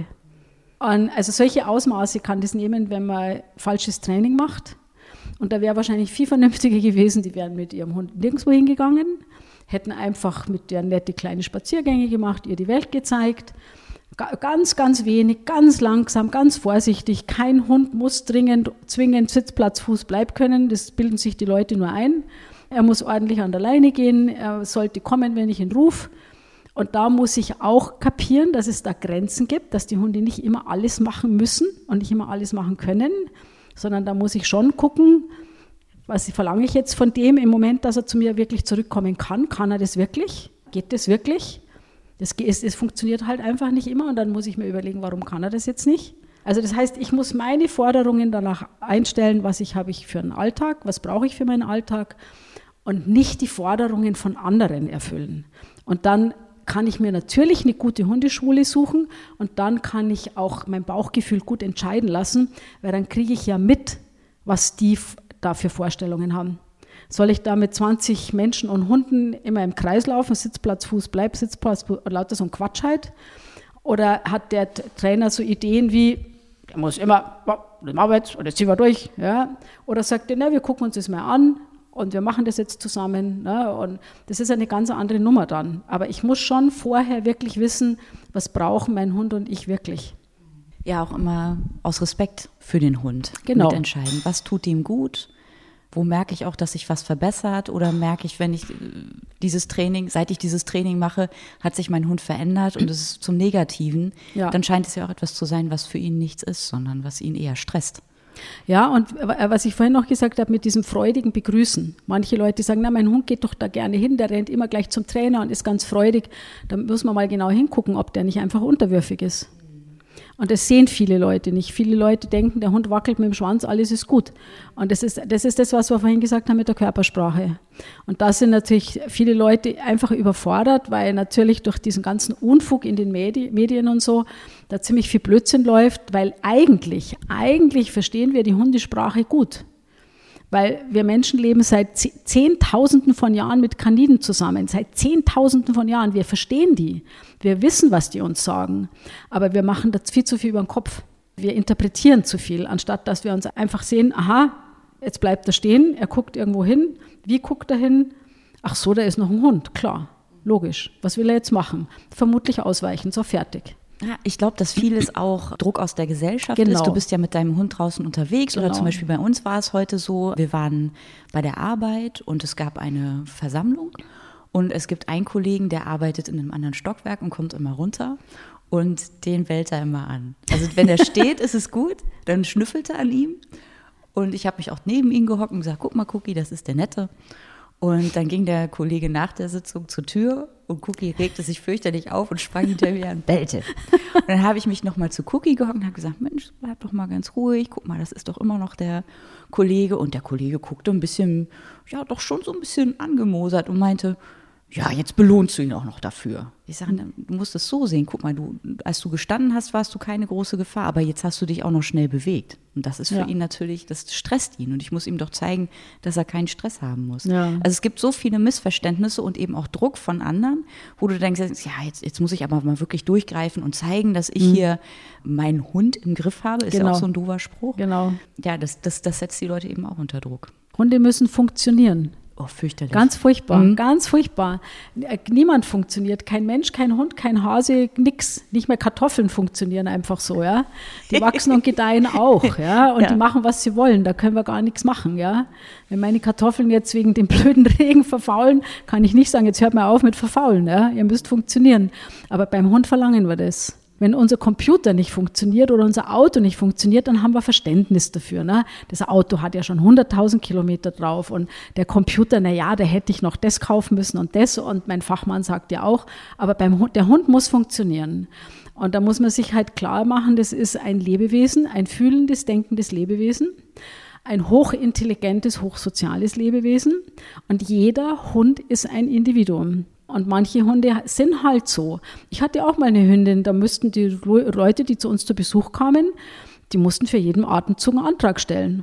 Und also solche Ausmaße kann das nehmen, wenn man falsches Training macht. Und da wäre wahrscheinlich viel vernünftiger gewesen, die wären mit ihrem Hund nirgendwo hingegangen, hätten einfach mit der nette kleine Spaziergänge gemacht, ihr die Welt gezeigt. Ganz, ganz wenig, ganz langsam, ganz vorsichtig. Kein Hund muss dringend, zwingend Sitzplatz, Fuß, Bleib können. Das bilden sich die Leute nur ein. Er muss ordentlich an der Leine gehen. Er sollte kommen, wenn ich ihn rufe. Und da muss ich auch kapieren, dass es da Grenzen gibt, dass die Hunde nicht immer alles machen müssen und nicht immer alles machen können, sondern da muss ich schon gucken, was verlange ich jetzt von dem im Moment, dass er zu mir wirklich zurückkommen kann? Kann er das wirklich? Geht das wirklich? Das, es, es funktioniert halt einfach nicht immer und dann muss ich mir überlegen, warum kann er das jetzt nicht? Also das heißt, ich muss meine Forderungen danach einstellen, was ich habe ich für einen Alltag, was brauche ich für meinen Alltag und nicht die Forderungen von anderen erfüllen. Und dann kann ich mir natürlich eine gute Hundeschule suchen und dann kann ich auch mein Bauchgefühl gut entscheiden lassen, weil dann kriege ich ja mit, was die da für Vorstellungen haben. Soll ich da mit zwanzig Menschen und Hunden immer im Kreis laufen, Sitzplatz, Fuß, Bleib, Sitzplatz, lauter so ein Quatsch halt? Oder hat der Trainer so Ideen wie, der muss immer, oh, das machen wir jetzt und jetzt ziehen wir durch. Ja? Oder sagt er, na, wir gucken uns das mal an und wir machen das jetzt zusammen. Ne? Und das ist eine ganz andere Nummer dann. Aber ich muss schon vorher wirklich wissen, was brauchen mein Hund und ich wirklich.
Ja, auch immer aus Respekt für den Hund
genau.
mitentscheiden. Was tut ihm gut? Wo merke ich auch, dass sich was verbessert? Oder merke ich, wenn ich dieses Training, seit ich dieses Training mache, hat sich mein Hund verändert und es ist zum Negativen. Ja. Dann scheint es ja auch etwas zu sein, was für ihn nichts ist, sondern was ihn eher stresst.
Ja, und was ich vorhin noch gesagt habe mit diesem freudigen Begrüßen. Manche Leute sagen, na, mein Hund geht doch da gerne hin, der rennt immer gleich zum Trainer und ist ganz freudig. Da muss man mal genau hingucken, ob der nicht einfach unterwürfig ist. Und das sehen viele Leute nicht. Viele Leute denken, der Hund wackelt mit dem Schwanz, alles ist gut. Und das ist, das ist das, was wir vorhin gesagt haben mit der Körpersprache. Und da sind natürlich viele Leute einfach überfordert, weil natürlich durch diesen ganzen Unfug in den Medi- Medien und so da ziemlich viel Blödsinn läuft, weil eigentlich, eigentlich verstehen wir die Hundesprache gut. Weil wir Menschen leben seit Zehntausenden von Jahren mit Kaniden zusammen, seit Zehntausenden von Jahren. Wir verstehen die, wir wissen, was die uns sagen, aber wir machen das viel zu viel über den Kopf. Wir interpretieren zu viel, anstatt dass wir uns einfach sehen, aha, jetzt bleibt er stehen, er guckt irgendwo hin. Wie guckt er hin? Ach so, da ist noch ein Hund, klar, logisch. Was will er jetzt machen? Vermutlich ausweichen, so fertig.
Ja, ich glaube, dass vieles auch Druck aus der Gesellschaft
genau.
ist. Du bist ja mit deinem Hund draußen unterwegs genau. oder zum Beispiel bei uns war es heute so, wir waren bei der Arbeit und es gab eine Versammlung Und es gibt einen Kollegen, der arbeitet in einem anderen Stockwerk und kommt immer runter und den bellt er immer an. Also wenn er steht, ist es gut, dann schnüffelt er an ihm. Und ich habe mich auch neben ihn gehockt und gesagt, guck mal, Cookie, das ist der Nette. Und dann ging der Kollege nach der Sitzung zur Tür und Cookie regte sich fürchterlich auf und sprang hinter mir an und bellte. Und dann habe ich mich nochmal zu Cookie gehockt und habe gesagt, Mensch, bleib doch mal ganz ruhig, guck mal, das ist doch immer noch der Kollege. Und der Kollege guckte ein bisschen, ja doch schon so ein bisschen angemosert und meinte, ja, jetzt belohnst du ihn auch noch dafür. Ich sage, du musst es so sehen, guck mal, du, als du gestanden hast, warst du keine große Gefahr, aber jetzt hast du dich auch noch schnell bewegt. Und das ist für ja. ihn natürlich, das stresst ihn und ich muss ihm doch zeigen, dass er keinen Stress haben muss. Ja. Also es gibt so viele Missverständnisse und eben auch Druck von anderen, wo du denkst, ja, jetzt, jetzt muss ich aber mal wirklich durchgreifen und zeigen, dass ich mhm. hier meinen Hund im Griff habe, ist genau. ja auch so ein doofer Spruch.
Genau.
Ja, das, das, das setzt die Leute eben auch unter Druck.
Hunde müssen funktionieren.
Oh, fürchterlich.
Ganz furchtbar, mhm. ganz furchtbar. Niemand funktioniert, kein Mensch, kein Hund, kein Hase, nix. Nicht mehr Kartoffeln funktionieren einfach so, ja. Die wachsen und gedeihen auch, ja, und ja. die machen, was sie wollen. Da können wir gar nichts machen, ja. Wenn meine Kartoffeln jetzt wegen dem blöden Regen verfaulen, kann ich nicht sagen, jetzt hört mal auf mit verfaulen, ja. Ihr müsst funktionieren. Aber beim Hund verlangen wir das. Wenn unser Computer nicht funktioniert oder unser Auto nicht funktioniert, dann haben wir Verständnis dafür. Ne? Das Auto hat ja schon hunderttausend Kilometer drauf und der Computer, na ja, da hätte ich noch das kaufen müssen und das und mein Fachmann sagt ja auch, aber beim Hund, der Hund muss funktionieren. Und da muss man sich halt klar machen, das ist ein Lebewesen, ein fühlendes, denkendes Lebewesen, ein hochintelligentes, hochsoziales Lebewesen und jeder Hund ist ein Individuum. Und manche Hunde sind halt so. Ich hatte auch mal eine Hündin, da müssten die Leute, die zu uns zu Besuch kamen, die mussten für jeden Atemzug einen Antrag stellen.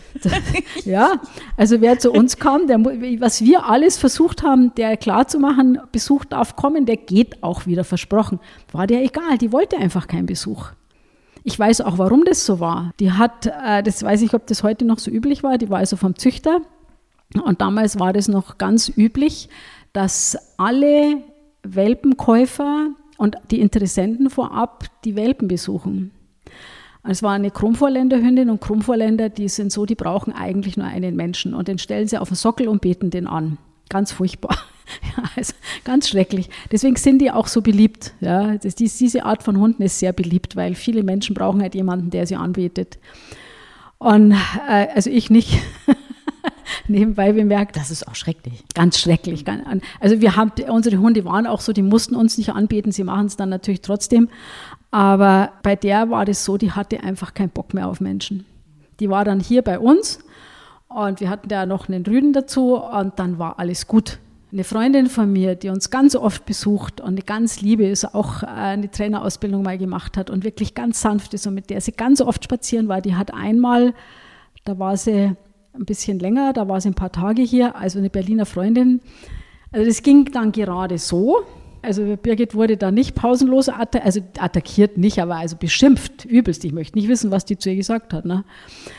Ja, also wer zu uns kam, der, was wir alles versucht haben, der klarzumachen, Besuch darf kommen, der geht auch wieder, versprochen. War der egal, die wollte einfach keinen Besuch. Ich weiß auch, warum das so war. Die hat, äh, das weiß ich, ob das heute noch so üblich war, die war also vom Züchter und damals war das noch ganz üblich, dass alle Welpenkäufer und die Interessenten vorab die Welpen besuchen. Es war eine Krummvorländerhündin und Krummvorländer, die sind so, die brauchen eigentlich nur einen Menschen und den stellen sie auf den Sockel und beten den an. Ganz furchtbar. Ja, also ganz schrecklich. Deswegen sind die auch so beliebt. Ja, das, diese Art von Hunden ist sehr beliebt, weil viele Menschen brauchen halt jemanden, der sie anbetet. Und äh, also ich nicht. Nebenbei bemerkt.
Das ist auch schrecklich.
Ganz schrecklich. Also wir haben, unsere Hunde waren auch so, die mussten uns nicht anbeten, sie machen es dann natürlich trotzdem. Aber bei der war das so, die hatte einfach keinen Bock mehr auf Menschen. Die war dann hier bei uns und wir hatten da noch einen Rüden dazu und dann war alles gut. Eine Freundin von mir, die uns ganz oft besucht und eine ganz liebe ist, auch eine Trainerausbildung mal gemacht hat und wirklich ganz sanft ist und mit der sie ganz oft spazieren war, die hat einmal, da war sie ein bisschen länger, da war sie ein paar Tage hier, also eine Berliner Freundin. Also das ging dann gerade so. Also Birgit wurde da nicht pausenlos, atta- also attackiert nicht, aber also beschimpft, übelst. Ich möchte nicht wissen, was die zu ihr gesagt hat. Ne?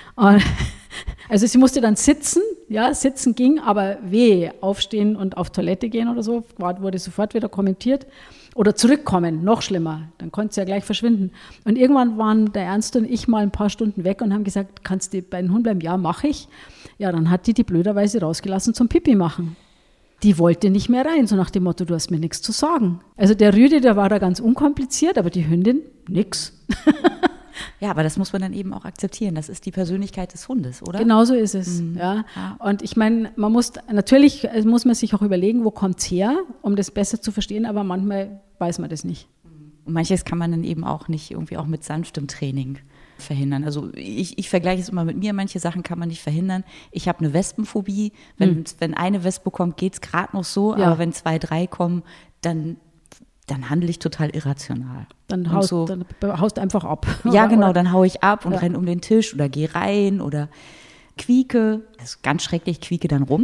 Also sie musste dann sitzen, ja, sitzen ging, aber weh, aufstehen und auf Toilette gehen oder so, wurde sofort wieder kommentiert. Oder zurückkommen, noch schlimmer, dann konnte sie ja gleich verschwinden. Und irgendwann waren der Ernst und ich mal ein paar Stunden weg und haben gesagt, kannst du bei den Hund bleiben? Ja, mache ich. Ja, dann hat die die blöderweise rausgelassen zum Pipi machen. Die wollte nicht mehr rein, so nach dem Motto, du hast mir nichts zu sagen. Also der Rüde, der war da ganz unkompliziert, aber die Hündin, nix.
Ja, aber das muss man dann eben auch akzeptieren. Das ist die Persönlichkeit des Hundes, oder?
Genau so ist es. Mhm. Ja. Und ich meine, man muss, natürlich muss man sich auch überlegen, wo kommt es her, um das besser zu verstehen, aber manchmal weiß man das nicht.
Und manches kann man dann eben auch nicht irgendwie auch mit sanftem Training verhindern. Also ich, ich vergleiche es immer mit mir, manche Sachen kann man nicht verhindern. Ich habe eine Wespenphobie. Wenn, mhm. wenn eine Wespe kommt, geht es gerade noch so, ja. aber wenn zwei, drei kommen, dann dann handle ich total irrational.
Dann haust, so, dann haust einfach ab.
Ja, genau, dann haue ich ab und ja. renne um den Tisch oder gehe rein oder quieke. Das ist ganz schrecklich, quieke dann rum.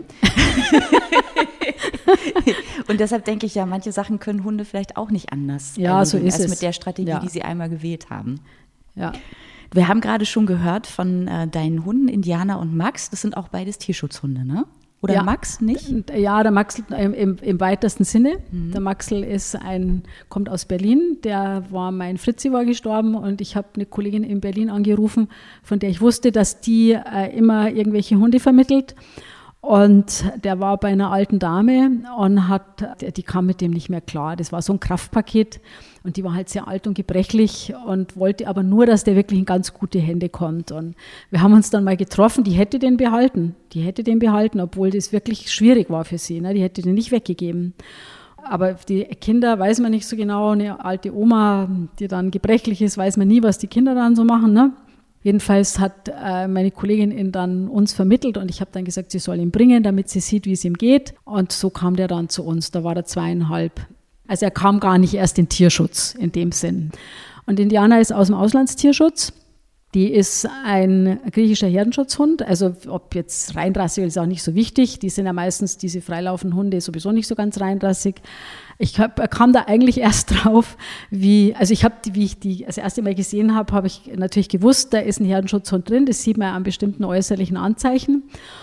Und deshalb denke ich ja, manche Sachen können Hunde vielleicht auch nicht anders
ja, so ist
als
es.
mit der Strategie,
ja.
die sie einmal gewählt haben.
Ja.
Wir haben gerade schon gehört von äh, deinen Hunden, Indiana und Max. Das sind auch beides Tierschutzhunde, ne? Oder
ja,
Max nicht?
Ja, der Max im, im, im weitesten Sinne. Mhm. Der Maxl ist ein, kommt aus Berlin. Der war, mein Fritzi war gestorben und ich habe eine Kollegin in Berlin angerufen, von der ich wusste, dass die äh, immer irgendwelche Hunde vermittelt. Und der war bei einer alten Dame und hat, die kam mit dem nicht mehr klar. Das war so ein Kraftpaket und die war halt sehr alt und gebrechlich und wollte aber nur, dass der wirklich in ganz gute Hände kommt. Und wir haben uns dann mal getroffen, die hätte den behalten. Die hätte den behalten, obwohl das wirklich schwierig war für sie. Ne? Die hätte den nicht weggegeben. Aber die Kinder weiß man nicht so genau. Eine alte Oma, die dann gebrechlich ist, weiß man nie, was die Kinder dann so machen, ne? Jedenfalls hat äh, meine Kollegin ihn dann uns vermittelt und ich habe dann gesagt, sie soll ihn bringen, damit sie sieht, wie es ihm geht. Und so kam der dann zu uns, da war er zweieinhalb. Also er kam gar nicht erst in Tierschutz in dem Sinn. Und Indiana ist aus dem Auslandstierschutz. Die ist ein griechischer Herdenschutzhund, also ob jetzt reinrassig ist auch nicht so wichtig. Die sind ja meistens, diese freilaufenden Hunde, sowieso nicht so ganz reinrassig. Ich hab, kam da eigentlich erst drauf, wie, also ich habe, wie ich die das erste Mal gesehen habe, habe ich natürlich gewusst, da ist ein Herdenschutzhund drin, das sieht man an bestimmten äußerlichen Anzeichen.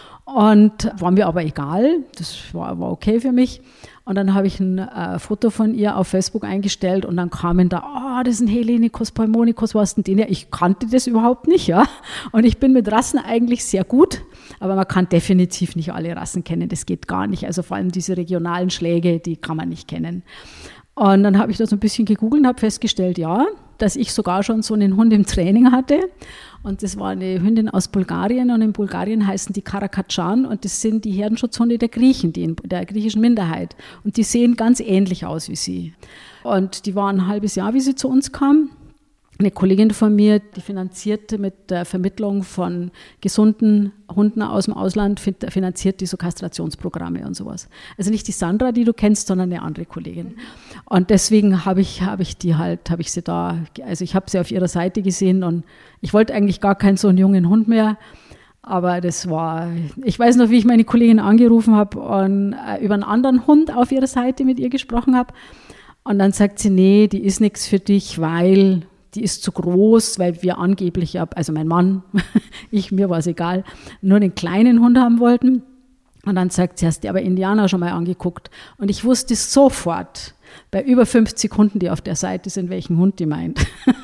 Und war mir aber egal, das war, war okay für mich. Und dann habe ich ein äh, Foto von ihr auf Facebook eingestellt und dann kamen da, oh, das ist ein Hellenikus Pulmonicus, was denn den ja? Ich kannte das überhaupt nicht, ja. Und ich bin mit Rassen eigentlich sehr gut, aber man kann definitiv nicht alle Rassen kennen, das geht gar nicht. Also vor allem diese regionalen Schläge, die kann man nicht kennen. Und dann habe ich das so ein bisschen gegoogelt und habe festgestellt, ja, dass ich sogar schon so einen Hund im Training hatte. Und das war eine Hündin aus Bulgarien und in Bulgarien heißen die Karakatscha und das sind die Herdenschutzhunde der Griechen, die in der griechischen Minderheit. Und die sehen ganz ähnlich aus wie sie. Und die waren ein halbes Jahr, wie sie zu uns kam. Eine Kollegin von mir, die finanzierte mit der Vermittlung von gesunden Hunden aus dem Ausland, finanziert die so Kastrationsprogramme und sowas. Also nicht die Sandra, die du kennst, sondern eine andere Kollegin. Und deswegen habe ich, habe ich die halt, habe ich sie da, also ich habe sie auf ihrer Seite gesehen und ich wollte eigentlich gar keinen so einen jungen Hund mehr. Aber das war, ich weiß noch, wie ich meine Kollegin angerufen habe und äh, über einen anderen Hund auf ihrer Seite mit ihr gesprochen habe. Und dann sagt sie, nee, die ist nichts für dich, weil die ist zu groß, weil wir angeblich, also mein Mann, ich, mir war es egal, nur einen kleinen Hund haben wollten. Und dann sagt sie, hast du aber Indiana schon mal angeguckt? Und ich wusste sofort, bei über fünfzig Hunden, die auf der Seite sind, welchen Hund die meint.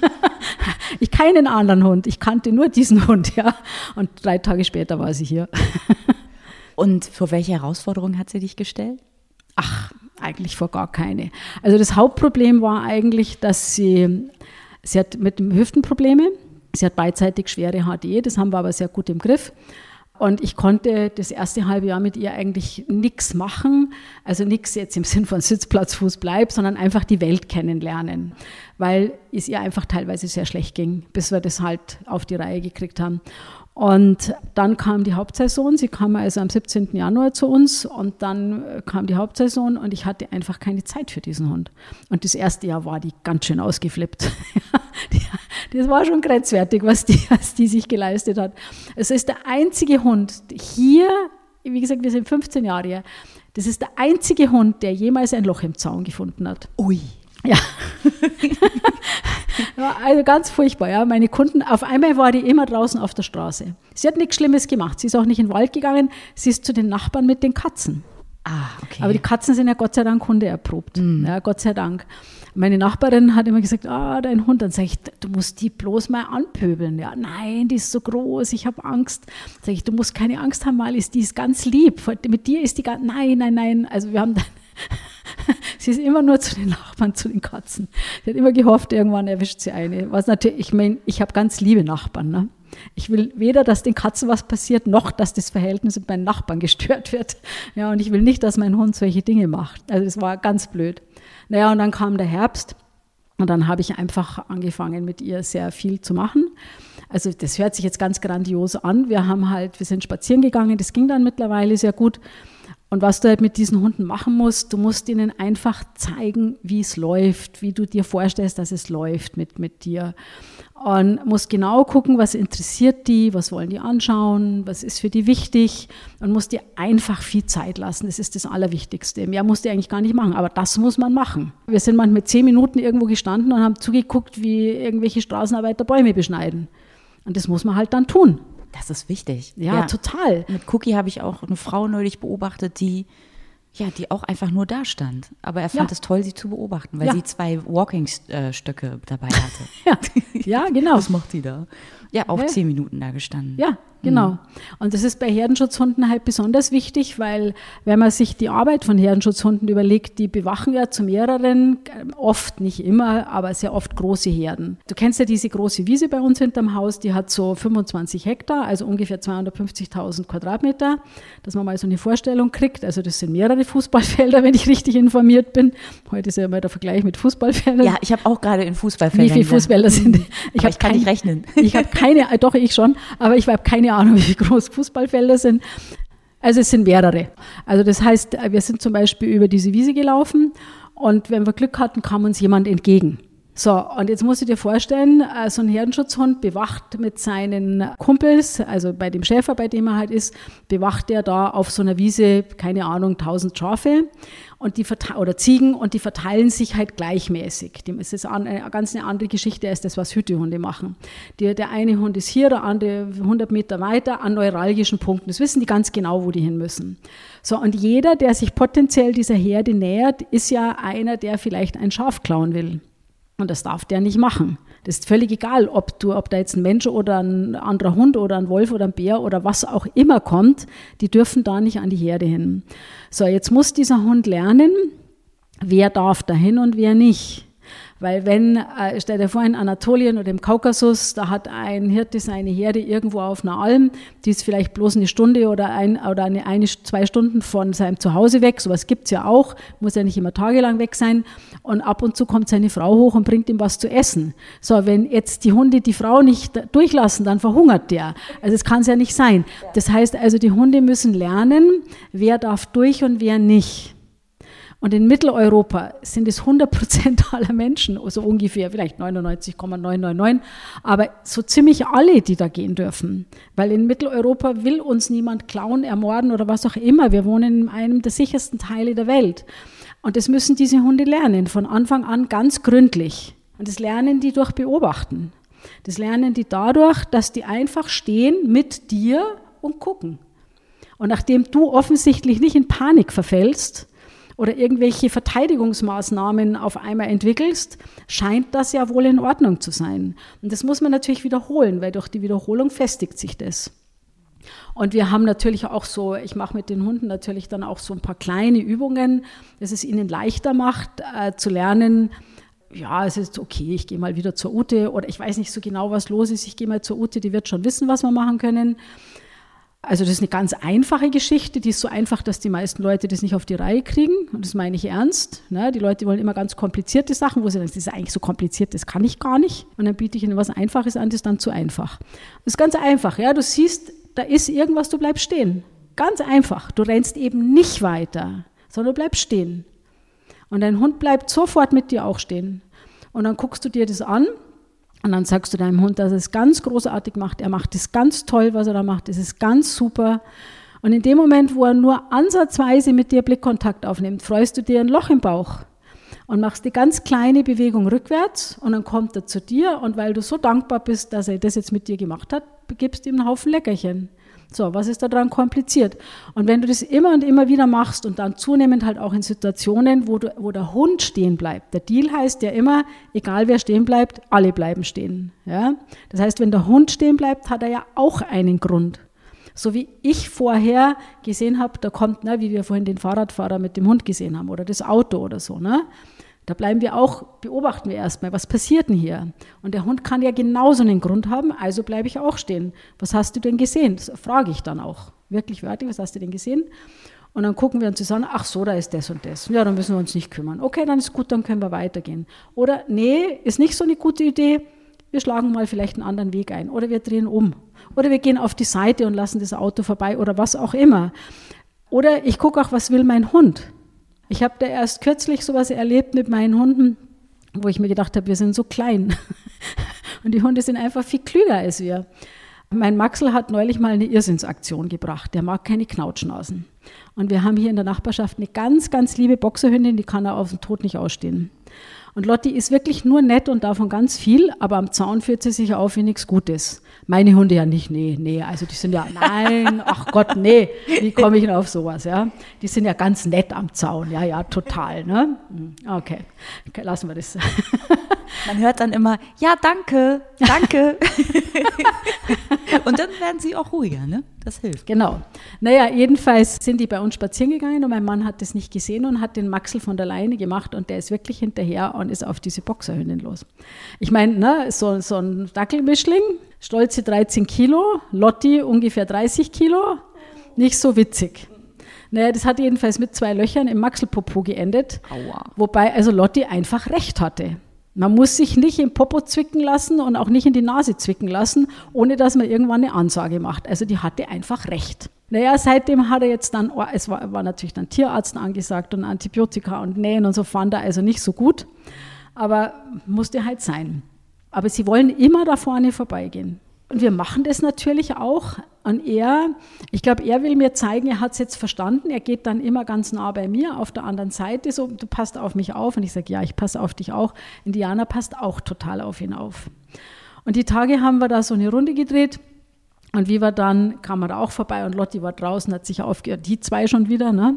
Ich keinen anderen Hund, ich kannte nur diesen Hund, ja. Und drei Tage später war sie hier.
Und vor welche Herausforderung hat sie dich gestellt?
Ach, eigentlich vor gar keine. Also das Hauptproblem war eigentlich, dass sie... Sie hat mit dem Hüften Probleme, sie hat beidseitig schwere H D, das haben wir aber sehr gut im Griff. Und ich konnte das erste halbe Jahr mit ihr eigentlich nichts machen, also nichts jetzt im Sinn von Sitzplatz, Fuß, Bleib, sondern einfach die Welt kennenlernen, weil es ihr einfach teilweise sehr schlecht ging, bis wir das halt auf die Reihe gekriegt haben. Und dann kam die Hauptsaison, sie kam also am siebzehnten Januar zu uns und dann kam die Hauptsaison und ich hatte einfach keine Zeit für diesen Hund. Und das erste Jahr war die ganz schön ausgeflippt. Das war schon grenzwertig, was die, was die sich geleistet hat. Es ist der einzige Hund hier, wie gesagt, wir sind fünfzehn Jahre her, das ist der einzige Hund, der jemals ein Loch im Zaun gefunden hat.
Ui.
Ja. Also ganz furchtbar, ja. Meine Kunden, auf einmal war die immer draußen auf der Straße. Sie hat nichts Schlimmes gemacht. Sie ist auch nicht in den Wald gegangen. Sie ist zu den Nachbarn mit den Katzen.
Ah, okay.
Aber die Katzen sind ja Gott sei Dank Hunde erprobt. Mm. Ja, Gott sei Dank. Meine Nachbarin hat immer gesagt, ah, dein Hund. Dann sage ich, du musst die bloß mal anpöbeln. Ja, nein, die ist so groß, ich habe Angst. Dann sage ich, du musst keine Angst haben, Alice, die ist ganz lieb. Mit dir ist die ganz, nein, nein, nein. Also wir haben dann... Sie ist immer nur zu den Nachbarn, zu den Katzen. Sie hat immer gehofft, irgendwann erwischt sie eine. Was natürlich, ich meine, ich habe ganz liebe Nachbarn. Ne? Ich will weder, dass den Katzen was passiert, noch, dass das Verhältnis mit meinen Nachbarn gestört wird. Ja, und ich will nicht, dass mein Hund solche Dinge macht. Also das war ganz blöd. Naja, und dann kam der Herbst und dann habe ich einfach angefangen, mit ihr sehr viel zu machen. Also das hört sich jetzt ganz grandios an. Wir haben halt, wir sind spazieren gegangen, das ging dann mittlerweile sehr gut. Und was du halt mit diesen Hunden machen musst, du musst ihnen einfach zeigen, wie es läuft, wie du dir vorstellst, dass es läuft mit, mit dir. Und musst genau gucken, was interessiert die, was wollen die anschauen, was ist für die wichtig und musst dir einfach viel Zeit lassen. Das ist das Allerwichtigste. Mehr musst du eigentlich gar nicht machen, aber das muss man machen. Wir sind manchmal zehn Minuten irgendwo gestanden und haben zugeguckt, wie irgendwelche Straßenarbeiter Bäume beschneiden. Und das muss man halt dann tun.
Das ist wichtig.
Ja, ja, total.
Mit Cookie habe ich auch eine Frau neulich beobachtet, die, ja, die auch einfach nur da stand. Aber er fand ja. es toll, sie zu beobachten, weil ja. sie zwei Walking-Stöcke dabei hatte.
Ja, ja, genau.
Was macht sie da? Ja, auch ja. zehn Minuten da gestanden.
Ja, genau.
Mhm.
Und das ist bei Herdenschutzhunden halt besonders wichtig, weil wenn man sich die Arbeit von Herdenschutzhunden überlegt, die bewachen ja zu mehreren, oft, nicht immer, aber sehr oft große Herden. Du kennst ja diese große Wiese bei uns hinterm Haus, die hat so fünfundzwanzig Hektar, also ungefähr zweihundertfünfzigtausend Quadratmeter, dass man mal so eine Vorstellung kriegt. Also das sind mehrere Fußballfelder, wenn ich richtig informiert bin. Heute ist ja immer der Vergleich mit Fußballfeldern.
Ja, ich habe auch gerade in Fußballfeldern.
Wie viele Fußbälle sind?
Ich, ich kann kein, nicht rechnen.
Ich habe keine, doch ich schon, aber ich habe keine Ahnung, wie groß Fußballfelder sind. Also es sind mehrere. Also das heißt, wir sind zum Beispiel über diese Wiese gelaufen und wenn wir Glück hatten, kam uns jemand entgegen. So, und jetzt musst du dir vorstellen, so ein Herdenschutzhund bewacht mit seinen Kumpels, also bei dem Schäfer, bei dem er halt ist, bewacht er da auf so einer Wiese, keine Ahnung, tausend Schafe und die oder Ziegen und die verteilen sich halt gleichmäßig. Dem ist das eine ganz eine andere Geschichte als das, was Hütehunde machen. Der, der eine Hund ist hier, der andere hundert Meter weiter an neuralgischen Punkten. Das wissen die ganz genau, wo die hin müssen. So, und jeder, der sich potenziell dieser Herde nähert, ist ja einer, der vielleicht ein Schaf klauen will. Und das darf der nicht machen. Das ist völlig egal, ob du, ob da jetzt ein Mensch oder ein anderer Hund oder ein Wolf oder ein Bär oder was auch immer kommt, die dürfen da nicht an die Herde hin. So, jetzt muss dieser Hund lernen, wer darf da hin und wer nicht. Weil wenn, äh, stell dir vor, in Anatolien oder im Kaukasus, da hat ein Hirte seine Herde irgendwo auf einer Alm, die ist vielleicht bloß eine Stunde oder, ein, oder eine, eine, zwei Stunden von seinem Zuhause weg, sowas gibt's ja auch, muss ja nicht immer tagelang weg sein und ab und zu kommt seine Frau hoch und bringt ihm was zu essen. So, wenn jetzt die Hunde die Frau nicht durchlassen, dann verhungert der. Also das kann es ja nicht sein. Das heißt also, die Hunde müssen lernen, wer darf durch und wer nicht. Und in Mitteleuropa sind es hundert Prozent aller Menschen, so ungefähr, vielleicht neunundneunzig Komma neun neun neun, aber so ziemlich alle, die da gehen dürfen. Weil in Mitteleuropa will uns niemand klauen, ermorden oder was auch immer. Wir wohnen in einem der sichersten Teile der Welt. Und das müssen diese Hunde lernen, von Anfang an ganz gründlich. Und das lernen die durch Beobachten. Das lernen die dadurch, dass die einfach stehen mit dir und gucken. Und nachdem du offensichtlich nicht in Panik verfällst, oder irgendwelche Verteidigungsmaßnahmen auf einmal entwickelst, scheint das ja wohl in Ordnung zu sein. Und das muss man natürlich wiederholen, weil durch die Wiederholung festigt sich das. Und wir haben natürlich auch so, ich mache mit den Hunden natürlich dann auch so ein paar kleine Übungen, dass es ihnen leichter macht, äh, zu lernen, ja, es ist okay, ich gehe mal wieder zur Ute oder ich weiß nicht so genau, was los ist, ich gehe mal zur Ute, die wird schon wissen, was wir machen können. Also das ist eine ganz einfache Geschichte, die ist so einfach, dass die meisten Leute das nicht auf die Reihe kriegen und das meine ich ernst. Ne? Die Leute wollen immer ganz komplizierte Sachen, wo sie sagen, das ist eigentlich so kompliziert, das kann ich gar nicht. Und dann biete ich ihnen was Einfaches an, das ist dann zu einfach. Das ist ganz einfach, ja, du siehst, da ist irgendwas, du bleibst stehen. Ganz einfach, du rennst eben nicht weiter, sondern du bleibst stehen. Und dein Hund bleibt sofort mit dir auch stehen. Und dann guckst du dir das an. Und dann sagst du deinem Hund, dass er es ganz großartig macht. Er macht es ganz toll, was er da macht. Es ist ganz super. Und in dem Moment, wo er nur ansatzweise mit dir Blickkontakt aufnimmt, freust du dir ein Loch im Bauch und machst die ganz kleine Bewegung rückwärts. Und dann kommt er zu dir. Und weil du so dankbar bist, dass er das jetzt mit dir gemacht hat, gibst du ihm einen Haufen Leckerchen. So, was ist da dran kompliziert? Und wenn du das immer und immer wieder machst und dann zunehmend halt auch in Situationen, wo, du, wo der Hund stehen bleibt. Der Deal heißt ja immer, egal wer stehen bleibt, alle bleiben stehen. Ja? Das heißt, wenn der Hund stehen bleibt, hat er ja auch einen Grund. So wie ich vorher gesehen habe, da kommt, ne, wie wir vorhin den Fahrradfahrer mit dem Hund gesehen haben oder das Auto oder so, ne? Da bleiben wir auch, beobachten wir erstmal, was passiert denn hier? Und der Hund kann ja genauso einen Grund haben, also bleibe ich auch stehen. Was hast du denn gesehen? Das frage ich dann auch. Wirklich wörtlich, was hast du denn gesehen? Und dann gucken wir uns zusammen, ach so, da ist das und das. Ja, dann müssen wir uns nicht kümmern. Okay, dann ist gut, dann können wir weitergehen. Oder nee, ist nicht so eine gute Idee, wir schlagen mal vielleicht einen anderen Weg ein. Oder wir drehen um. Oder wir gehen auf die Seite und lassen das Auto vorbei oder was auch immer. Oder ich gucke auch, was will mein Hund? Ich habe da erst kürzlich sowas erlebt mit meinen Hunden, wo ich mir gedacht habe, wir sind so klein und die Hunde sind einfach viel klüger als wir. Mein Maxl hat neulich mal eine Irrsinnsaktion gebracht, der mag keine Knautschnasen. Und wir haben hier in der Nachbarschaft eine ganz, ganz liebe Boxerhündin, die kann er auf den Tod nicht ausstehen. Und Lotti ist wirklich nur nett und davon ganz viel, aber am Zaun führt sie sich auf wie nichts Gutes. Meine Hunde ja nicht, nee, nee, also die sind ja, nein, ach Gott, nee, wie komme ich denn auf sowas, ja? Die sind ja ganz nett am Zaun, ja, ja, total, ne? Okay, okay, lassen wir das.
Man hört dann immer, ja, danke, danke. Und dann werden sie auch ruhiger, ne? Das hilft.
Genau. Naja, jedenfalls sind die bei uns spazieren gegangen und mein Mann hat das nicht gesehen und hat den Maxel von der Leine gemacht und der ist wirklich hinterher und ist auf diese Boxerhündin los. Ich meine, ne, so, so ein Dackelmischling, stolze dreizehn Kilo, Lotti ungefähr dreißig Kilo, nicht so witzig. Naja, das hat jedenfalls mit zwei Löchern im Maxelpopo geendet,
Aua.
Wobei also Lotti einfach recht hatte. Man muss sich nicht im Popo zwicken lassen und auch nicht in die Nase zwicken lassen, ohne dass man irgendwann eine Ansage macht. Also die hatte einfach recht. Naja, seitdem hat er jetzt dann, es war, war natürlich dann Tierarzt angesagt und Antibiotika und Nähen und so, fand er also nicht so gut. Aber musste halt sein. Aber sie wollen immer da vorne vorbeigehen. Und wir machen das natürlich auch. Und er, ich glaube, er will mir zeigen, er hat es jetzt verstanden. Er geht dann immer ganz nah bei mir auf der anderen Seite. So, du passt auf mich auf. Und ich sage, ja, ich passe auf dich auch. Indianer passt auch total auf ihn auf. Und die Tage haben wir da so eine Runde gedreht. Und wie wir dann, kam er da auch vorbei und Lotti war draußen, hat sich aufgehört, die zwei schon wieder, ne?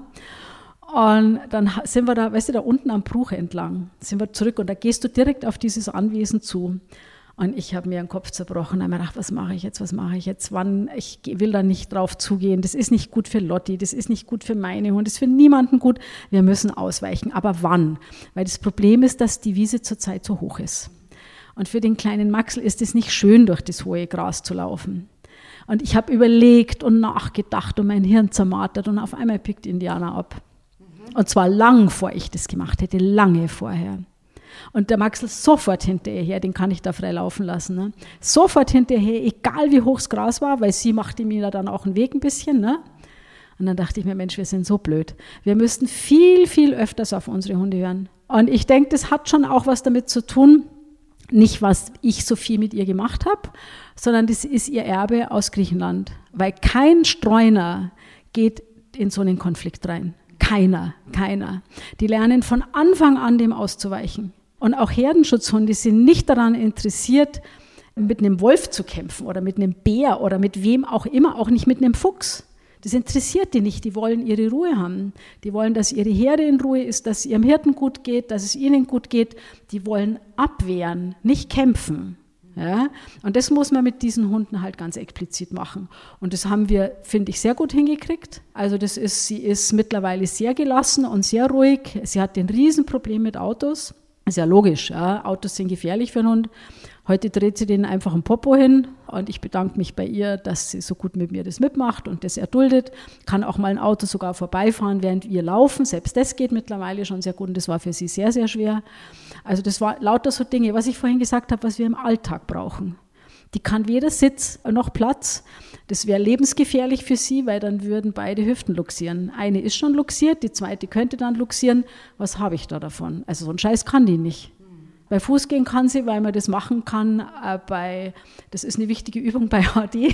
Und dann sind wir da, weißt du, da unten am Bruch entlang, sind wir zurück und da gehst du direkt auf dieses Anwesen zu. Und ich habe mir den Kopf zerbrochen und habe mir gedacht, was mache ich jetzt, was mache ich jetzt, wann, ich will da nicht drauf zugehen, das ist nicht gut für Lotti, das ist nicht gut für meine Hunde, das ist für niemanden gut, wir müssen ausweichen, aber wann? Weil das Problem ist, dass die Wiese zurzeit so hoch ist. Und für den kleinen Maxel ist es nicht schön, durch das hohe Gras zu laufen. Und ich habe überlegt und nachgedacht und mein Hirn zermartert und auf einmal pickt Indianer ab. Und zwar lang, bevor ich das gemacht hätte, lange vorher. Und der Maxel sofort hinterher, den kann ich da frei laufen lassen, ne? Sofort hinterher, egal wie hoch das Gras war, weil sie machte mir dann auch einen Weg ein bisschen. Ne? Und dann dachte ich mir, Mensch, wir sind so blöd. Wir müssten viel, viel öfters auf unsere Hunde hören. Und ich denke, das hat schon auch was damit zu tun, nicht was ich so viel mit ihr gemacht habe, sondern das ist ihr Erbe aus Griechenland. Weil kein Streuner geht in so einen Konflikt rein. Keiner, keiner. Die lernen von Anfang an, dem auszuweichen. Und auch Herdenschutzhunde sind nicht daran interessiert, mit einem Wolf zu kämpfen oder mit einem Bär oder mit wem auch immer, auch nicht mit einem Fuchs. Das interessiert die nicht, die wollen ihre Ruhe haben. Die wollen, dass ihre Herde in Ruhe ist, dass es ihrem Hirten gut geht, dass es ihnen gut geht. Die wollen abwehren, nicht kämpfen. Ja? Und das muss man mit diesen Hunden halt ganz explizit machen. Und das haben wir, finde ich, sehr gut hingekriegt. Also das ist, sie ist mittlerweile sehr gelassen und sehr ruhig. Sie hat ein Riesenproblem mit Autos. Ist ja logisch, ja? Autos sind gefährlich für einen Hund. Heute dreht sie den einfach im Popo hin und ich bedanke mich bei ihr, dass sie so gut mit mir das mitmacht und das erduldet. Kann auch mal ein Auto sogar vorbeifahren, während wir laufen. Selbst das geht mittlerweile schon sehr gut und das war für sie sehr, sehr schwer. Also das war lauter so Dinge, was ich vorhin gesagt habe, was wir im Alltag brauchen. Die kann weder Sitz noch Platz. Das wäre lebensgefährlich für sie, weil dann würden beide Hüften luxieren. Eine ist schon luxiert, die zweite könnte dann luxieren. Was habe ich da davon? Also so einen Scheiß kann die nicht. Bei Fußgehen kann sie, weil man das machen kann, äh, bei, das ist eine wichtige Übung bei H D,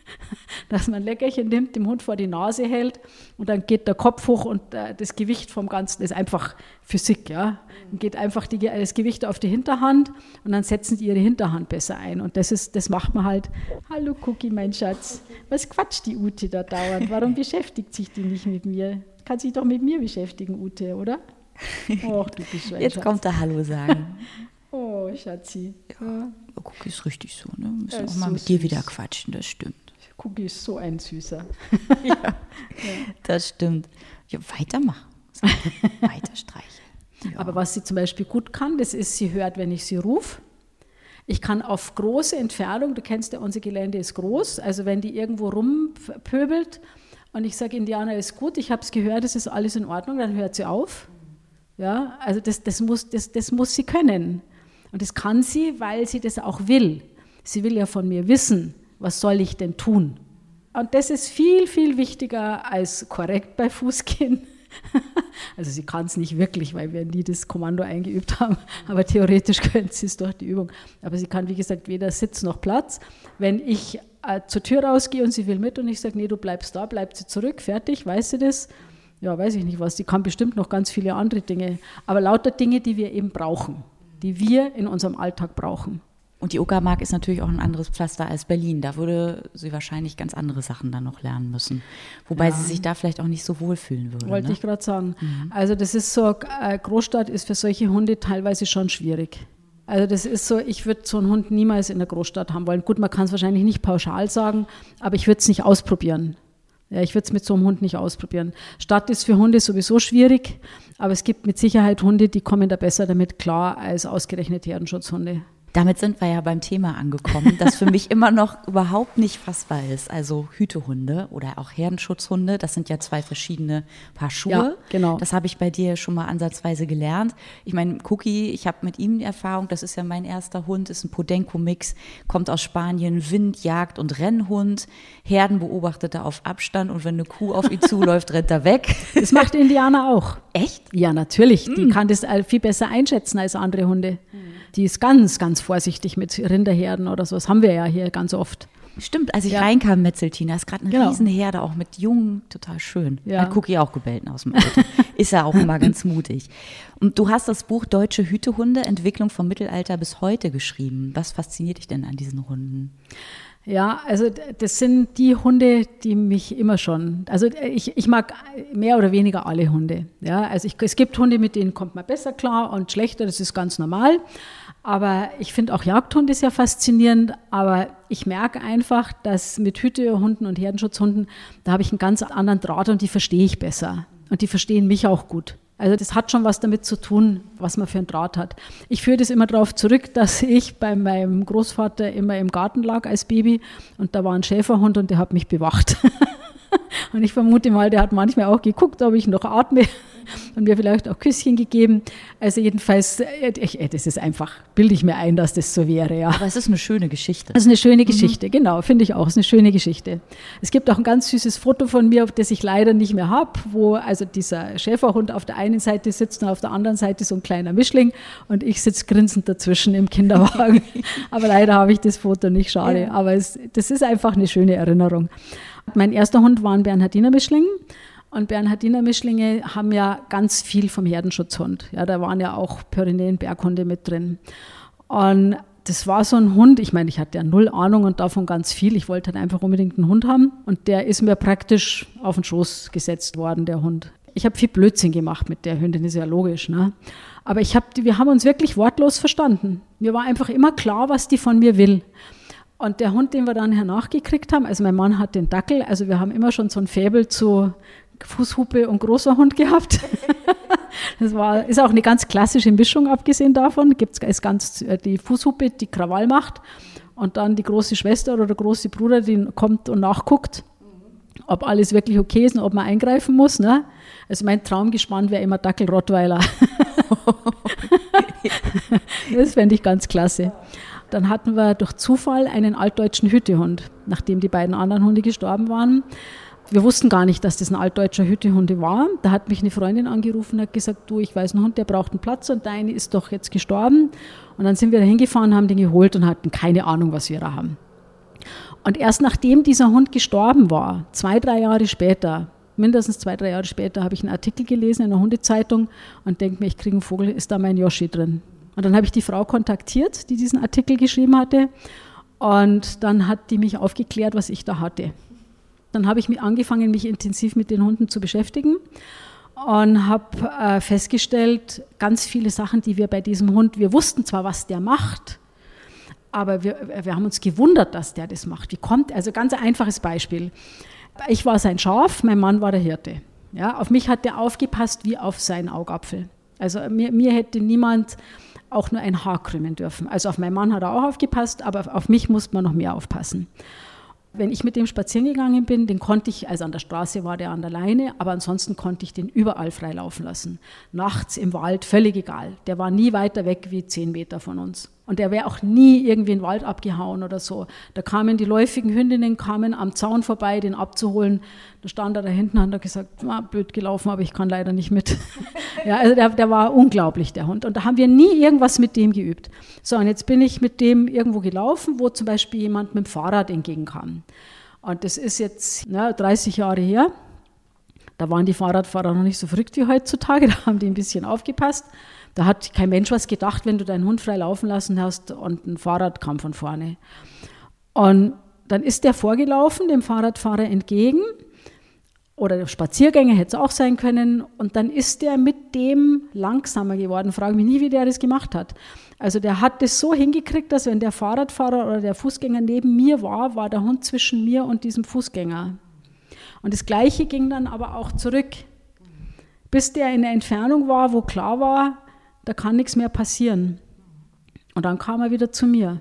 dass man ein Leckerchen nimmt, dem Hund vor die Nase hält und dann geht der Kopf hoch und äh, das Gewicht vom Ganzen ist einfach Physik, ja. Dann geht einfach die, das Gewicht auf die Hinterhand und dann setzen die ihre Hinterhand besser ein und das ist, das macht man halt. Hallo Cookie, mein Schatz, was quatscht die Ute da dauernd? Warum beschäftigt sich die nicht mit mir? Kann sich doch mit mir beschäftigen, Ute, oder? Och, du bist so ein
Jetzt
Schatz.
kommt der Hallo sagen.
Oh, Schatzi.
Ja, Cookie ist richtig so, ne? Wir müssen
Er
auch
ist
mal
so
mit dir
süß.
wieder quatschen, das stimmt.
Cookie ist so ein Süßer.
Ja, das stimmt. Ja, weitermachen. Weiter streicheln. Ja.
Aber was sie zum Beispiel gut kann, das ist, sie hört, wenn ich sie rufe. Ich kann auf große Entfernung, du kennst ja, unser Gelände ist groß, also wenn die irgendwo rumpöbelt und ich sage, Indianer ist gut, ich habe es gehört, es ist alles in Ordnung, dann hört sie auf. Ja, also das, das, muss, das, das muss sie können. Und das kann sie, weil sie das auch will. Sie will ja von mir wissen, was soll ich denn tun? Und das ist viel, viel wichtiger als korrekt bei Fußgehen. Also sie kann es nicht wirklich, weil wir nie das Kommando eingeübt haben, aber theoretisch könnte sie es durch die Übung. Aber sie kann, wie gesagt, weder Sitz noch Platz. Wenn ich äh, zur Tür rausgehe und sie will mit und ich sage, nee, du bleibst da, bleibt sie zurück, fertig, weißt du das? Ja, weiß ich nicht was, die kann bestimmt noch ganz viele andere Dinge, aber lauter Dinge, die wir eben brauchen, die wir in unserem Alltag brauchen.
Und die Uckermark ist natürlich auch ein anderes Pflaster als Berlin. Da würde sie wahrscheinlich ganz andere Sachen dann noch lernen müssen. Wobei
Ja.
sie sich da vielleicht auch nicht so wohlfühlen würde.
Wollte
ne?
ich gerade sagen. Mhm. Also das ist so, äh, Großstadt ist für solche Hunde teilweise schon schwierig. Also das ist so, ich würde so einen Hund niemals in der Großstadt haben wollen. Gut, man kann es wahrscheinlich nicht pauschal sagen, aber ich würde es nicht ausprobieren. Ja, ich würde es mit so einem Hund nicht ausprobieren. Stadt ist für Hunde sowieso schwierig, aber es gibt mit Sicherheit Hunde, die kommen da besser damit klar als ausgerechnet Herdenschutzhunde.
Damit sind wir ja beim Thema angekommen, das für mich immer noch überhaupt nicht fassbar ist. Also Hütehunde oder auch Herdenschutzhunde, das sind ja zwei verschiedene Paar Schuhe.
Ja, genau.
Das habe ich bei dir schon mal ansatzweise gelernt. Ich meine, Cookie, ich habe mit ihm die Erfahrung, das ist ja mein erster Hund, ist ein Podenco-Mix, kommt aus Spanien, Wind-, Jagd- und Rennhund. Herden beobachtet er auf Abstand und wenn eine Kuh auf ihn zuläuft, rennt er weg.
Das macht Indiana auch.
Echt?
Ja, natürlich. Die
Mm.
kann das viel besser einschätzen als andere Hunde. Mm. Die ist ganz, ganz vorsichtig mit Rinderherden oder so. Das haben wir ja hier ganz oft.
Stimmt, als ich
Ja.
reinkam, Metzeltina, ist gerade eine
Genau.
riesen Herde, auch mit Jungen, total schön.
Ja.
Hat Cookie auch gebellt aus dem Auto. Ist ja auch immer ganz mutig. Und du hast das Buch Deutsche Hütehunde, Entwicklung vom Mittelalter bis heute geschrieben. Was fasziniert dich denn an diesen Hunden?
Ja, also d- das sind die Hunde, die mich immer schon, also ich, ich mag mehr oder weniger alle Hunde. Ja, also ich, es gibt Hunde, mit denen kommt man besser klar und schlechter, das ist ganz normal. Aber ich finde auch Jagdhunde sehr faszinierend, aber ich merke einfach, dass mit Hütehunden und Herdenschutzhunden, da habe ich einen ganz anderen Draht und die verstehe ich besser. Und die verstehen mich auch gut. Also das hat schon was damit zu tun, was man für einen Draht hat. Ich führe das immer darauf zurück, dass ich bei meinem Großvater immer im Garten lag als Baby und da war ein Schäferhund und der hat mich bewacht. Und ich vermute mal, der hat manchmal auch geguckt, ob ich noch atme und mir vielleicht auch Küsschen gegeben. Also jedenfalls, ich, das ist einfach, bilde ich mir ein, dass das so wäre. Ja.
Aber es ist eine schöne Geschichte.
Das ist eine schöne Geschichte, mhm. Genau, finde ich auch. Es ist eine schöne Geschichte. Es gibt auch ein ganz süßes Foto von mir, das ich leider nicht mehr habe, wo also dieser Schäferhund auf der einen Seite sitzt und auf der anderen Seite so ein kleiner Mischling und ich sitze grinsend dazwischen im Kinderwagen. Aber leider habe ich das Foto nicht, schade. Ja. Aber es, das ist einfach eine schöne Erinnerung. Mein erster Hund war ein Bernhardiner Mischling. Und Bernhardiner Mischlinge haben ja ganz viel vom Herdenschutzhund. Ja, da waren ja auch Pyrenäen-Berghunde mit drin. Und das war so ein Hund, ich meine, ich hatte ja null Ahnung und davon ganz viel. Ich wollte halt einfach unbedingt einen Hund haben. Und der ist mir praktisch auf den Schoß gesetzt worden, der Hund. Ich habe viel Blödsinn gemacht mit der Hündin, ist ja logisch, ne? Aber ich hab, wir haben uns wirklich wortlos verstanden. Mir war einfach immer klar, was die von mir will. Und der Hund, den wir dann hernachgekriegt haben, also mein Mann hat den Dackel, also wir haben immer schon so ein Faible zu Fußhupe und großer Hund gehabt. Das war, ist auch eine ganz klassische Mischung, abgesehen davon. Gibt es ganz die Fußhupe, die Krawall macht und dann die große Schwester oder der große Bruder, die kommt und nachguckt, ob alles wirklich okay ist und ob man eingreifen muss. Ne? Also mein Traumgespann wäre immer Dackel-Rottweiler. Das fände ich ganz klasse. Dann hatten wir durch Zufall einen altdeutschen Hütehund, nachdem die beiden anderen Hunde gestorben waren. Wir wussten gar nicht, dass das ein altdeutscher Hütehund war. Da hat mich eine Freundin angerufen und hat gesagt, du, ich weiß, ein Hund, der braucht einen Platz und deine ist doch jetzt gestorben. Und dann sind wir da hingefahren, haben den geholt und hatten keine Ahnung, was wir da haben. Und erst nachdem dieser Hund gestorben war, zwei, drei Jahre später, mindestens zwei, drei Jahre später, habe ich einen Artikel gelesen in einer Hundezeitung und denke mir, ich kriege einen Vogel, ist da mein Yoshi drin? Und dann habe ich die Frau kontaktiert, die diesen Artikel geschrieben hatte. Und dann hat die mich aufgeklärt, was ich da hatte. Dann habe ich mich angefangen, mich intensiv mit den Hunden zu beschäftigen und habe äh, festgestellt, ganz viele Sachen, die wir bei diesem Hund, wir wussten zwar, was der macht, aber wir, wir haben uns gewundert, dass der das macht. Wie kommt, also ganz ein einfaches Beispiel. Ich war sein Schaf, mein Mann war der Hirte. Ja, auf mich hat der aufgepasst wie auf seinen Augapfel. Also mir, mir hätte niemand auch nur ein Haar krümmen dürfen. Also auf meinen Mann hat er auch aufgepasst, aber auf mich musste man noch mehr aufpassen. Wenn ich mit dem spazieren gegangen bin, den konnte ich, also an der Straße war der an der Leine, aber ansonsten konnte ich den überall frei laufen lassen. Nachts im Wald, völlig egal. Der war nie weiter weg wie zehn Meter von uns. Und der wäre auch nie irgendwie in den Wald abgehauen oder so. Da kamen die läufigen Hündinnen, kamen am Zaun vorbei, den abzuholen. Da stand er da hinten und hat gesagt, ah, blöd gelaufen, aber ich kann leider nicht mit. Ja, also der, der war unglaublich, der Hund. Und da haben wir nie irgendwas mit dem geübt. So, und jetzt bin ich mit dem irgendwo gelaufen, wo zum Beispiel jemand mit dem Fahrrad entgegenkam. Und das ist jetzt na, dreißig Jahre her. Da waren die Fahrradfahrer noch nicht so verrückt wie heutzutage, da haben die ein bisschen aufgepasst. Da hat kein Mensch was gedacht, wenn du deinen Hund frei laufen lassen hast und ein Fahrrad kam von vorne. Und dann ist der vorgelaufen, dem Fahrradfahrer entgegen. Oder Spaziergänger hätte es auch sein können. Und dann ist der mit dem langsamer geworden. Frage mich nie, wie der das gemacht hat. Also der hat das so hingekriegt, dass wenn der Fahrradfahrer oder der Fußgänger neben mir war, war der Hund zwischen mir und diesem Fußgänger. Und das Gleiche ging dann aber auch zurück. Bis der in der Entfernung war, wo klar war, da kann nichts mehr passieren. Und dann kam er wieder zu mir.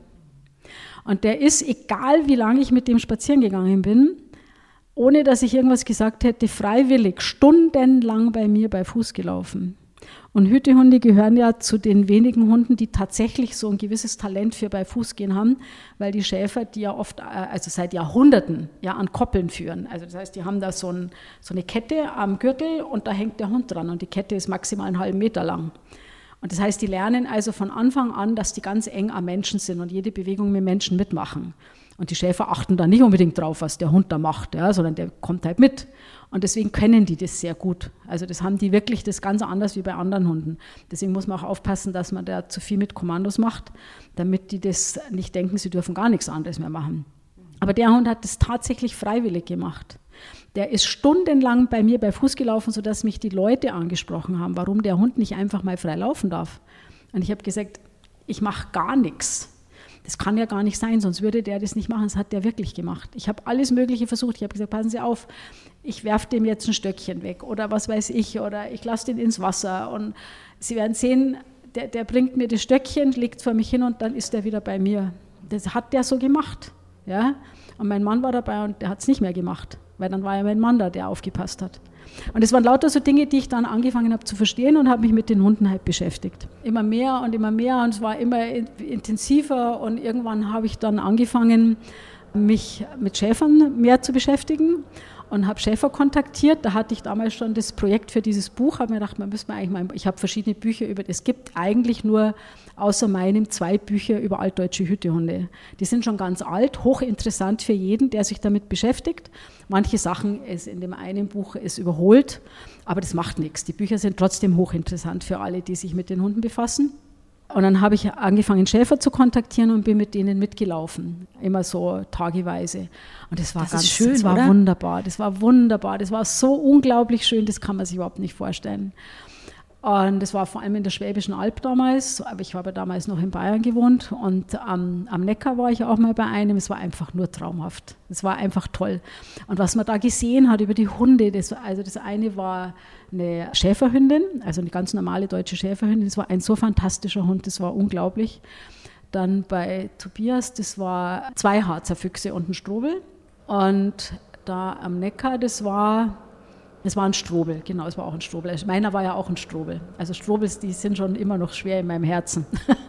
Und der ist, egal wie lange ich mit dem spazieren gegangen bin, ohne dass ich irgendwas gesagt hätte, freiwillig stundenlang bei mir bei Fuß gelaufen. Und Hütehunde gehören ja zu den wenigen Hunden, die tatsächlich so ein gewisses Talent für bei Fuß gehen haben, weil die Schäfer, die ja oft, also seit Jahrhunderten, ja an Koppeln führen. Also das heißt, die haben da so, ein, so eine Kette am Gürtel und da hängt der Hund dran und die Kette ist maximal einen halben Meter lang. Und das heißt, die lernen also von Anfang an, dass die ganz eng am Menschen sind und jede Bewegung mit Menschen mitmachen. Und die Schäfer achten da nicht unbedingt drauf, was der Hund da macht, ja, sondern der kommt halt mit. Und deswegen können die das sehr gut. Also das haben die wirklich, das ganz anders wie bei anderen Hunden. Deswegen muss man auch aufpassen, dass man da zu viel mit Kommandos macht, damit die das nicht denken, sie dürfen gar nichts anderes mehr machen. Aber der Hund hat das tatsächlich freiwillig gemacht. Der ist stundenlang bei mir bei Fuß gelaufen, sodass mich die Leute angesprochen haben, warum der Hund nicht einfach mal frei laufen darf. Und ich habe gesagt, ich mache gar nichts. Das kann ja gar nicht sein, sonst würde der das nicht machen. Das hat der wirklich gemacht. Ich habe alles Mögliche versucht. Ich habe gesagt, passen Sie auf, ich werfe dem jetzt ein Stöckchen weg oder was weiß ich oder ich lasse den ins Wasser. Und Sie werden sehen, der, der bringt mir das Stöckchen, legt es vor mich hin und dann ist der wieder bei mir. Das hat der so gemacht. Ja? Und mein Mann war dabei und der hat es nicht mehr gemacht, weil dann war ja mein Mann da, der aufgepasst hat. Und es waren lauter so Dinge, die ich dann angefangen habe zu verstehen und habe mich mit den Hunden halt beschäftigt. Immer mehr und immer mehr und es war immer intensiver und irgendwann habe ich dann angefangen, mich mit Schäfern mehr zu beschäftigen und habe Schäfer kontaktiert. Da hatte ich damals schon das Projekt für dieses Buch, habe mir gedacht, man müsste eigentlich mal, ich habe verschiedene Bücher über, es gibt eigentlich nur außer meinem zwei Bücher über altdeutsche Hütehunde. Die sind schon ganz alt, hochinteressant für jeden, der sich damit beschäftigt. Manche Sachen ist in dem einen Buch ist überholt, aber das macht nichts. Die Bücher sind trotzdem hochinteressant für alle, die sich mit den Hunden befassen. Und dann habe ich angefangen, Schäfer zu kontaktieren und bin mit denen mitgelaufen, immer so tageweise. Und das war
das
ganz
ist schön,
das war
oder?
wunderbar, das war wunderbar, das war so unglaublich schön, das kann man sich überhaupt nicht vorstellen. Und das war vor allem in der Schwäbischen Alb damals, aber ich habe damals noch in Bayern gewohnt und am, am Neckar war ich auch mal bei einem, es war einfach nur traumhaft, es war einfach toll. Und was man da gesehen hat über die Hunde, das, also das eine war eine Schäferhündin, also eine ganz normale deutsche Schäferhündin, das war ein so fantastischer Hund, das war unglaublich. Dann bei Tobias, das war zwei Harzer Füchse und ein Strobel und da am Neckar, das war... Es war ein Strobel, genau, es war auch ein Strobel. Also meiner war ja auch ein Strobel. Also Strobels, die sind schon immer noch schwer in meinem Herzen.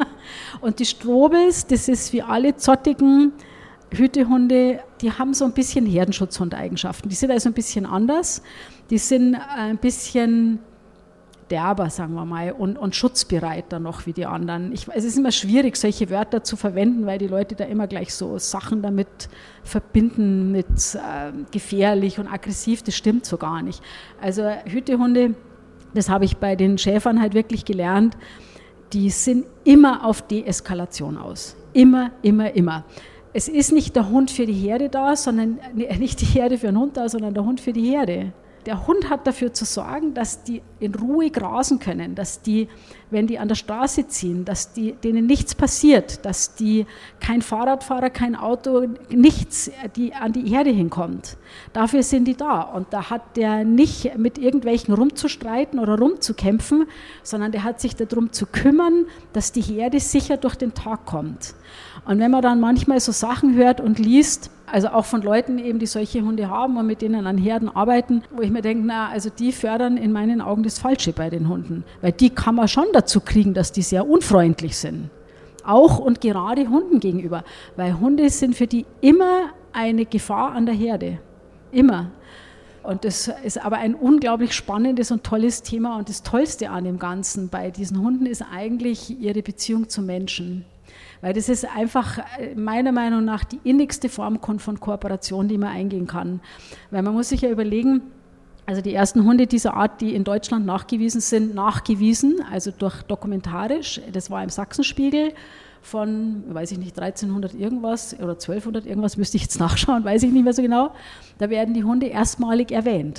Und die Strobels, das ist wie alle zottigen Hütehunde, die haben so ein bisschen Herdenschutzhundeigenschaften. Die sind also ein bisschen anders. Die sind ein bisschen derber, sagen wir mal, und, und schutzbereiter noch wie die anderen. Ich, es ist immer schwierig, solche Wörter zu verwenden, weil die Leute da immer gleich so Sachen damit verbinden mit äh, gefährlich und aggressiv. Das stimmt so gar nicht. Also Hütehunde, das habe ich bei den Schäfern halt wirklich gelernt, die sind immer auf Deeskalation aus. Immer, immer, immer. Es ist nicht der Hund für die Herde da, sondern nicht die Herde für den Hund da, sondern der Hund für die Herde. Der Hund hat dafür zu sorgen, dass die in Ruhe grasen können, dass die, wenn die an der Straße ziehen, dass die, denen nichts passiert, dass die kein Fahrradfahrer, kein Auto, nichts, die an die Herde hinkommt. Dafür sind die da. Und da hat der nicht mit irgendwelchen rumzustreiten oder rumzukämpfen, sondern der hat sich darum zu kümmern, dass die Herde sicher durch den Tag kommt. Und wenn man dann manchmal so Sachen hört und liest, also auch von Leuten eben, die solche Hunde haben und mit denen an Herden arbeiten, wo ich mir denke, na, also die fördern in meinen Augen das Falsche bei den Hunden. Weil die kann man schon dazu kriegen, dass die sehr unfreundlich sind. Auch und gerade Hunden gegenüber. Weil Hunde sind für die immer eine Gefahr an der Herde. Immer. Und das ist aber ein unglaublich spannendes und tolles Thema. Und das Tollste an dem Ganzen bei diesen Hunden ist eigentlich ihre Beziehung zu Menschen. Weil das ist einfach meiner Meinung nach die innigste Form von Kooperation, die man eingehen kann. Weil man muss sich ja überlegen, also die ersten Hunde dieser Art, die in Deutschland nachgewiesen sind, nachgewiesen, also durch dokumentarisch, das war im Sachsenspiegel von, weiß ich nicht, dreizehnhundert irgendwas oder zwölfhundert irgendwas, müsste ich jetzt nachschauen, weiß ich nicht mehr so genau. Da werden die Hunde erstmalig erwähnt.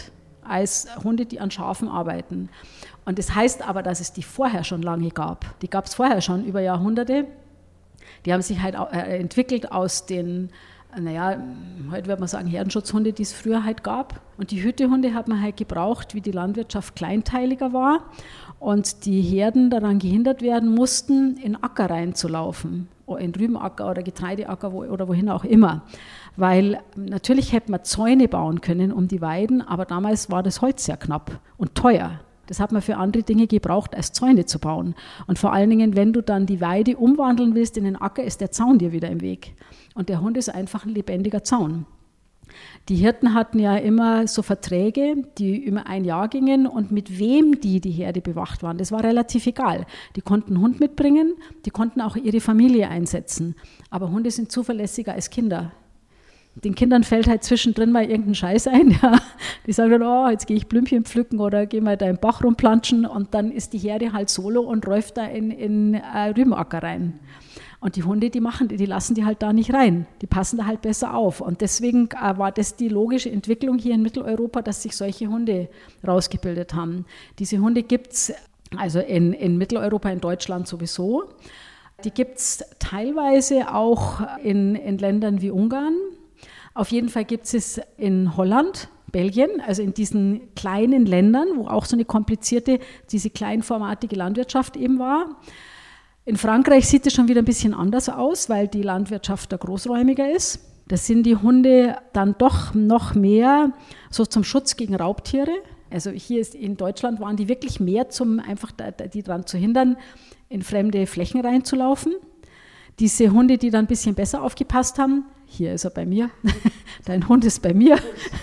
als Hunde, die an Schafen arbeiten. Und das heißt aber, dass es die vorher schon lange gab. Die gab es vorher schon über Jahrhunderte. Die haben sich halt entwickelt aus den, naja, heute würde man sagen Herdenschutzhunde, die es früher halt gab. Und die Hütehunde hat man halt gebraucht, wie die Landwirtschaft kleinteiliger war und die Herden daran gehindert werden mussten, in Acker reinzulaufen, in Rübenacker oder Getreideacker oder wohin auch immer. Weil natürlich hätte man Zäune bauen können um die Weiden, aber damals war das Holz sehr knapp und teuer. Das hat man für andere Dinge gebraucht, als Zäune zu bauen. Und vor allen Dingen, wenn du dann die Weide umwandeln willst in den Acker, ist der Zaun dir wieder im Weg. Und der Hund ist einfach ein lebendiger Zaun. Die Hirten hatten ja immer so Verträge, die über ein Jahr gingen und mit wem die die Herde bewacht waren, das war relativ egal. Die konnten einen Hund mitbringen, die konnten auch ihre Familie einsetzen. Aber Hunde sind zuverlässiger als Kinder. Den Kindern fällt halt zwischendrin mal irgendein Scheiß ein. Ja. Die sagen dann, oh, jetzt gehe ich Blümchen pflücken oder gehe mal da im Bach rumplanschen und dann ist die Herde halt solo und läuft da in, in äh, Rübenacker rein. Und die Hunde, die machen, die lassen die halt da nicht rein. Die passen da halt besser auf. Und deswegen äh, war das die logische Entwicklung hier in Mitteleuropa, dass sich solche Hunde rausgebildet haben. Diese Hunde gibt es also in, in Mitteleuropa, in Deutschland sowieso. Die gibt es teilweise auch in, in Ländern wie Ungarn. Auf jeden Fall gibt es es in Holland, Belgien, also in diesen kleinen Ländern, wo auch so eine komplizierte, diese kleinformatige Landwirtschaft eben war. In Frankreich sieht es schon wieder ein bisschen anders aus, weil die Landwirtschaft da großräumiger ist. Da sind die Hunde dann doch noch mehr so zum Schutz gegen Raubtiere. Also hier ist, in Deutschland waren die wirklich mehr, zum einfach die daran zu hindern, in fremde Flächen reinzulaufen. Diese Hunde, die dann ein bisschen besser aufgepasst haben, hier ist er bei mir, dein Hund ist bei mir,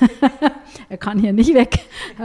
er kann hier nicht weg.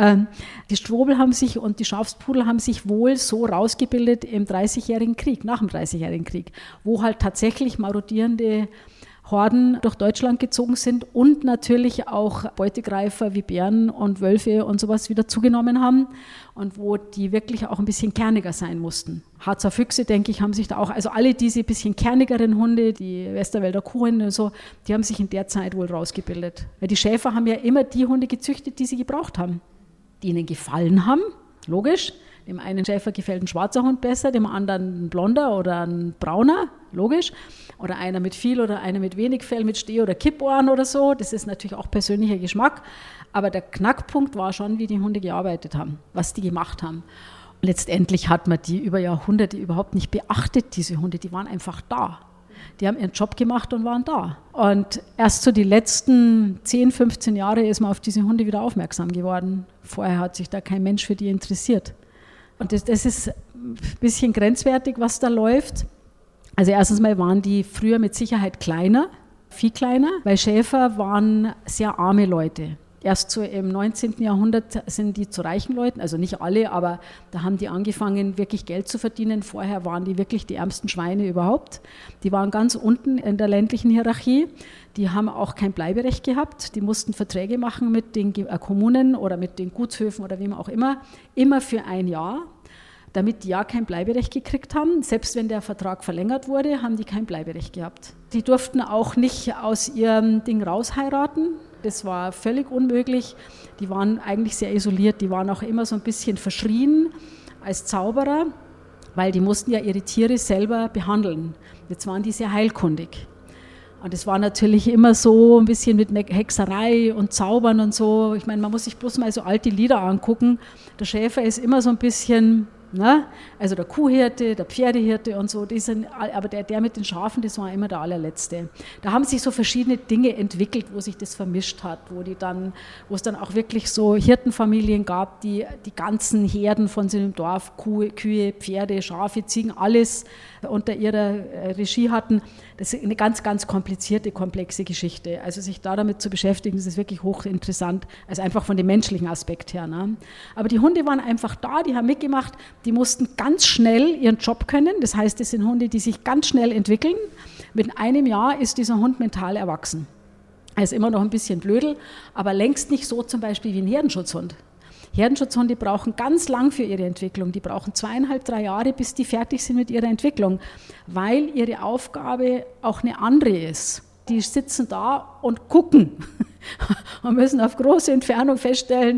Die Strobel haben sich und die Schafspudel haben sich wohl so rausgebildet im dreißigjährigen Krieg, nach dem dreißigjährigen Krieg, wo halt tatsächlich marodierende Horden durch Deutschland gezogen sind und natürlich auch Beutegreifer wie Bären und Wölfe und sowas wieder zugenommen haben und wo die wirklich auch ein bisschen kerniger sein mussten. Harzer Füchse, denke ich, haben sich da auch, also alle diese bisschen kernigeren Hunde, die Westerwälder Kuhhunde und so, die haben sich in der Zeit wohl rausgebildet. Weil die Schäfer haben ja immer die Hunde gezüchtet, die sie gebraucht haben, die ihnen gefallen haben, logisch. Dem einen Schäfer gefällt ein schwarzer Hund besser, dem anderen ein blonder oder ein brauner, logisch. Oder einer mit viel oder einer mit wenig Fell, mit Steh- oder Kippohren oder so. Das ist natürlich auch persönlicher Geschmack. Aber der Knackpunkt war schon, wie die Hunde gearbeitet haben, was die gemacht haben. Und letztendlich hat man die über Jahrhunderte überhaupt nicht beachtet, diese Hunde. Die waren einfach da. Die haben ihren Job gemacht und waren da. Und erst so die letzten zehn, fünfzehn Jahre ist man auf diese Hunde wieder aufmerksam geworden. Vorher hat sich da kein Mensch für die interessiert. Und das, das ist ein bisschen grenzwertig, was da läuft. Also erstens mal waren die früher mit Sicherheit kleiner, viel kleiner, weil Schäfer waren sehr arme Leute. Erst so im neunzehnten Jahrhundert sind die zu reichen Leuten, also nicht alle, aber da haben die angefangen, wirklich Geld zu verdienen. Vorher waren die wirklich die ärmsten Schweine überhaupt. Die waren ganz unten in der ländlichen Hierarchie. Die haben auch kein Bleiberecht gehabt. Die mussten Verträge machen mit den Kommunen oder mit den Gutshöfen oder wem auch immer, immer für ein Jahr, damit die ja kein Bleiberecht gekriegt haben. Selbst wenn der Vertrag verlängert wurde, haben die kein Bleiberecht gehabt. Die durften auch nicht aus ihrem Ding rausheiraten. Das war völlig unmöglich. Die waren eigentlich sehr isoliert. Die waren auch immer so ein bisschen verschrien als Zauberer, weil die mussten ja ihre Tiere selber behandeln. Jetzt waren die sehr heilkundig. Und es war natürlich immer so ein bisschen mit Hexerei und Zaubern und so. Ich meine, man muss sich bloß mal so alte Lieder angucken. Der Schäfer ist immer so ein bisschen, ne? Also der Kuhhirte, der Pferdehirte und so. Die sind, aber der, der mit den Schafen, das war immer der allerletzte. Da haben sich so verschiedene Dinge entwickelt, wo sich das vermischt hat, wo, die dann, wo es dann auch wirklich so Hirtenfamilien gab, die die ganzen Herden von so einem Dorf, Kuh, Kühe, Pferde, Schafe, Ziegen, alles unter ihrer Regie hatten. Das ist eine ganz, ganz komplizierte, komplexe Geschichte. Also sich da damit zu beschäftigen, das ist wirklich hochinteressant, also einfach von dem menschlichen Aspekt her. Ne? Aber die Hunde waren einfach da, die haben mitgemacht, die mussten ganz schnell ihren Job können. Das heißt, das sind Hunde, die sich ganz schnell entwickeln. Mit einem Jahr ist dieser Hund mental erwachsen. Er ist immer noch ein bisschen blödel, aber längst nicht so zum Beispiel wie ein Herdenschutzhund. Herdenschutzhunde brauchen ganz lang für ihre Entwicklung. Die brauchen zweieinhalb, drei Jahre, bis die fertig sind mit ihrer Entwicklung, weil ihre Aufgabe auch eine andere ist. Die sitzen da und gucken und müssen auf große Entfernung feststellen,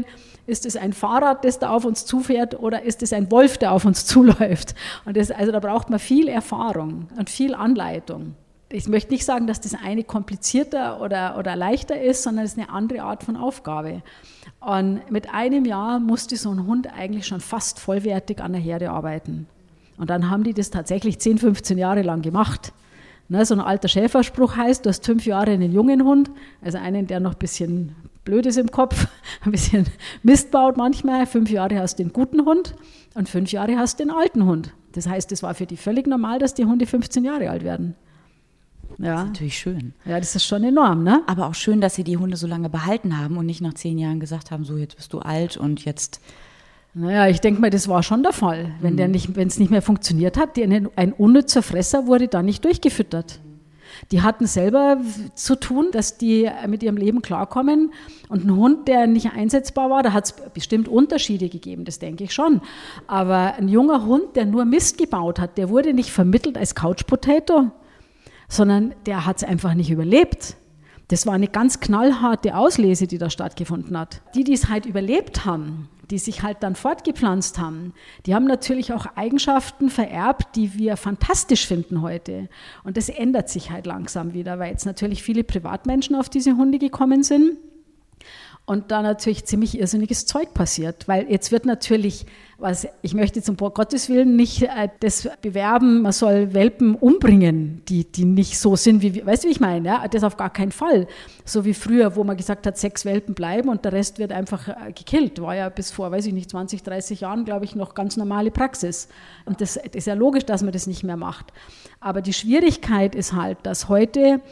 Ist es ein Fahrrad, das da auf uns zufährt oder ist es ein Wolf, der auf uns zuläuft? Und das, also da braucht man viel Erfahrung und viel Anleitung. Ich möchte nicht sagen, dass das eine komplizierter oder, oder leichter ist, sondern es ist eine andere Art von Aufgabe. Und mit einem Jahr musste so ein Hund eigentlich schon fast vollwertig an der Herde arbeiten. Und dann haben die das tatsächlich zehn, fünfzehn Jahre lang gemacht. Ne, so ein alter Schäferspruch heißt, du hast fünf Jahre einen jungen Hund, also einen, der noch ein bisschen blöd ist im Kopf, ein bisschen Mist baut manchmal. Fünf Jahre hast du den guten Hund und fünf Jahre hast du den alten Hund. Das heißt, es war für die völlig normal, dass die Hunde fünfzehn Jahre alt werden. Ja.
Das ist natürlich schön.
Ja, das ist schon enorm, ne?
Aber auch schön, dass sie die Hunde so lange behalten haben und nicht nach zehn Jahren gesagt haben, so jetzt bist du alt und jetzt...
Naja, ich denke mal, das war schon der Fall. Wenn der nicht, wenn es nicht mehr funktioniert hat, die, ein unnützer Fresser wurde da nicht durchgefüttert. Die hatten selber zu tun, dass die mit ihrem Leben klarkommen. Und ein Hund, der nicht einsetzbar war, da hat es bestimmt Unterschiede gegeben, das denke ich schon. Aber ein junger Hund, der nur Mist gebaut hat, der wurde nicht vermittelt als Couch Potato, sondern der hat es einfach nicht überlebt. Das war eine ganz knallharte Auslese, die da stattgefunden hat. Die, die es halt überlebt haben, die sich halt dann fortgepflanzt haben, die haben natürlich auch Eigenschaften vererbt, die wir fantastisch finden heute. Und das ändert sich halt langsam wieder, weil jetzt natürlich viele Privatmenschen auf diese Hunde gekommen sind. Und da natürlich ziemlich irrsinniges Zeug passiert, weil jetzt wird natürlich, was ich möchte zum Gottes Willen nicht äh, das bewerben, man soll Welpen umbringen, die, die nicht so sind, wie, weißt du, wie ich meine? Ja? Das auf gar keinen Fall. So wie früher, wo man gesagt hat, sechs Welpen bleiben und der Rest wird einfach äh, gekillt. War ja bis vor, weiß ich nicht, zwanzig, dreißig Jahren, glaube ich, noch ganz normale Praxis. Und das, das ist ja logisch, dass man das nicht mehr macht. Aber die Schwierigkeit ist halt, dass heute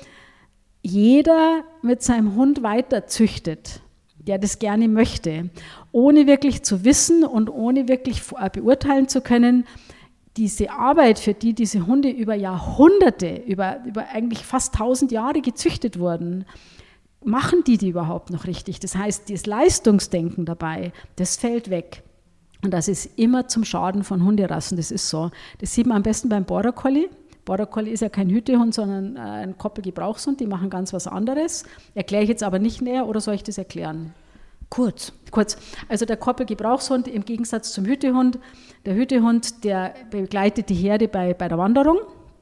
jeder mit seinem Hund weiter züchtet, der das gerne möchte, ohne wirklich zu wissen und ohne wirklich beurteilen zu können, diese Arbeit, für die diese Hunde über Jahrhunderte, über, über eigentlich fast tausend Jahre gezüchtet wurden, machen die die überhaupt noch richtig? Das heißt, das Leistungsdenken dabei, das fällt weg. Und das ist immer zum Schaden von Hunderassen, das ist so. Das sieht man am besten beim Border Collie. Border Collie ist ja kein Hütehund, sondern ein Koppelgebrauchshund, die machen ganz was anderes. Erkläre ich jetzt aber nicht näher oder soll ich das erklären?
Kurz.
Kurz. Also der Koppelgebrauchshund im Gegensatz zum Hütehund, der Hütehund, der begleitet die Herde bei, bei der Wanderung,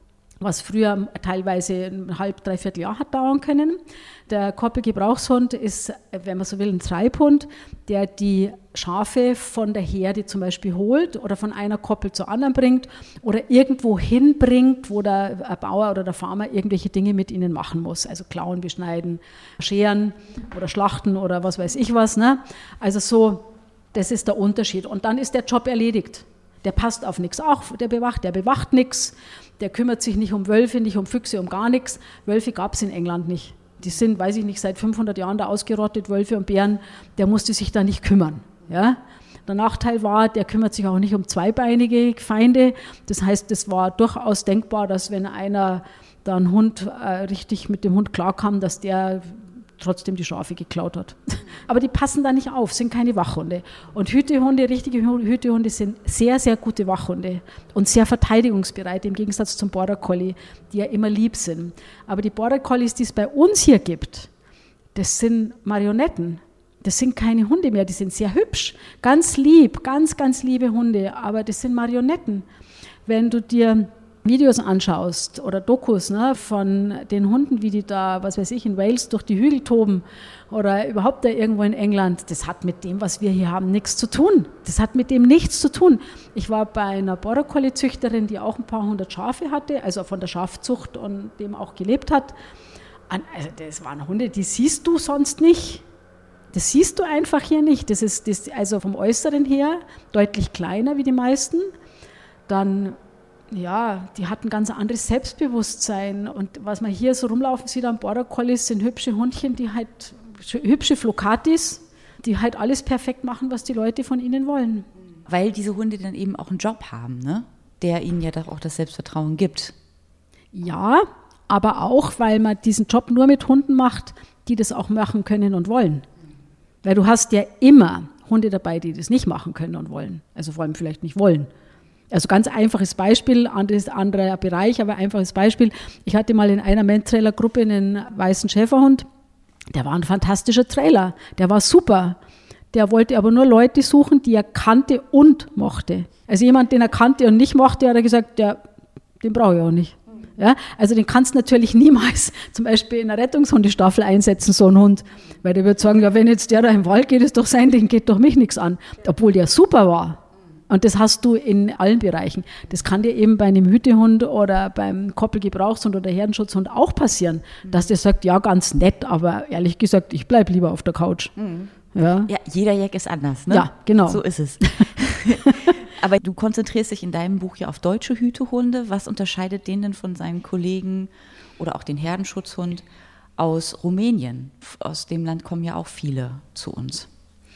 was früher teilweise ein halb, dreiviertel Jahr hat dauern können. Der Koppelgebrauchshund ist, wenn man so will, ein Treibhund, der die Schafe von der Herde zum Beispiel holt oder von einer Koppel zur anderen bringt oder irgendwo hinbringt, wo der Bauer oder der Farmer irgendwelche Dinge mit ihnen machen muss. Also klauen, beschneiden, scheren oder schlachten oder was weiß ich was. Ne? Also so, das ist der Unterschied. Und dann ist der Job erledigt. Der passt auf nichts auf, der bewacht, der bewacht nichts, der kümmert sich nicht um Wölfe, nicht um Füchse, um gar nichts. Wölfe gab es in England nicht. Die sind, weiß ich nicht, seit fünfhundert Jahren da ausgerottet, Wölfe und Bären, der musste sich da nicht kümmern. Ja? Der Nachteil war, der kümmert sich auch nicht um zweibeinige Feinde. Das heißt, es war durchaus denkbar, dass wenn einer da einen Hund äh, richtig mit dem Hund klarkam, dass der trotzdem die Schafe geklaut hat. Aber die passen da nicht auf, sind keine Wachhunde. Und Hütehunde, richtige Hütehunde sind sehr, sehr gute Wachhunde und sehr verteidigungsbereit, im Gegensatz zum Border Collie, die ja immer lieb sind. Aber die Border Collies, die es bei uns hier gibt, das sind Marionetten. Das sind keine Hunde mehr, die sind sehr hübsch, ganz lieb, ganz, ganz liebe Hunde, aber das sind Marionetten. Wenn du dir Videos anschaust oder Dokus ne, von den Hunden, wie die da, was weiß ich, in Wales durch die Hügel toben oder überhaupt da irgendwo in England, das hat mit dem, was wir hier haben, nichts zu tun. Das hat mit dem nichts zu tun. Ich war bei einer Border Collie Züchterin, die auch ein paar hundert Schafe hatte, also von der Schafzucht und dem auch gelebt hat. Also das waren Hunde, die siehst du sonst nicht. Das siehst du einfach hier nicht. Das ist das, also vom Äußeren her deutlich kleiner wie die meisten. Dann ja, die hatten ganz anderes Selbstbewusstsein und was man hier so rumlaufen sieht am Border Collies sind hübsche Hundchen, die halt, hübsche Flockatis, die halt alles perfekt machen, was die Leute von ihnen wollen.
Weil diese Hunde dann eben auch einen Job haben, ne? Der ihnen ja doch auch das Selbstvertrauen gibt.
Ja, aber auch, weil man diesen Job nur mit Hunden macht, die das auch machen können und wollen. Weil du hast ja immer Hunde dabei, die das nicht machen können und wollen, also vor allem vielleicht nicht wollen. Also ganz einfaches Beispiel, anderes, anderer Bereich, aber einfaches Beispiel. Ich hatte mal in einer Mentrailer-Gruppe einen weißen Schäferhund, der war ein fantastischer Trailer, der war super. der wollte aber nur Leute suchen, die er kannte und mochte. Also jemand, den er kannte und nicht mochte, hat er gesagt, der, den brauche ich auch nicht. Ja, also den kannst du natürlich niemals zum Beispiel in einer Rettungshundestaffel einsetzen, so einen Hund. Weil der wird sagen, ja, wenn jetzt der da im Wald geht, ist doch sein, den geht doch mich nichts an. Obwohl der super war. Und das hast du in allen Bereichen. Das kann dir eben bei einem Hütehund oder beim Koppelgebrauchshund oder Herdenschutzhund auch passieren, dass der sagt, ja, ganz nett, aber ehrlich gesagt, ich bleibe lieber auf der Couch.
Mhm.
Ja.
ja, jeder Jack ist anders, ne?
Ja, genau.
So ist es. Aber du konzentrierst dich in deinem Buch ja auf deutsche Hütehunde. Was unterscheidet den denn von seinen Kollegen oder auch den Herdenschutzhund aus Rumänien? Aus dem Land kommen ja auch viele zu uns.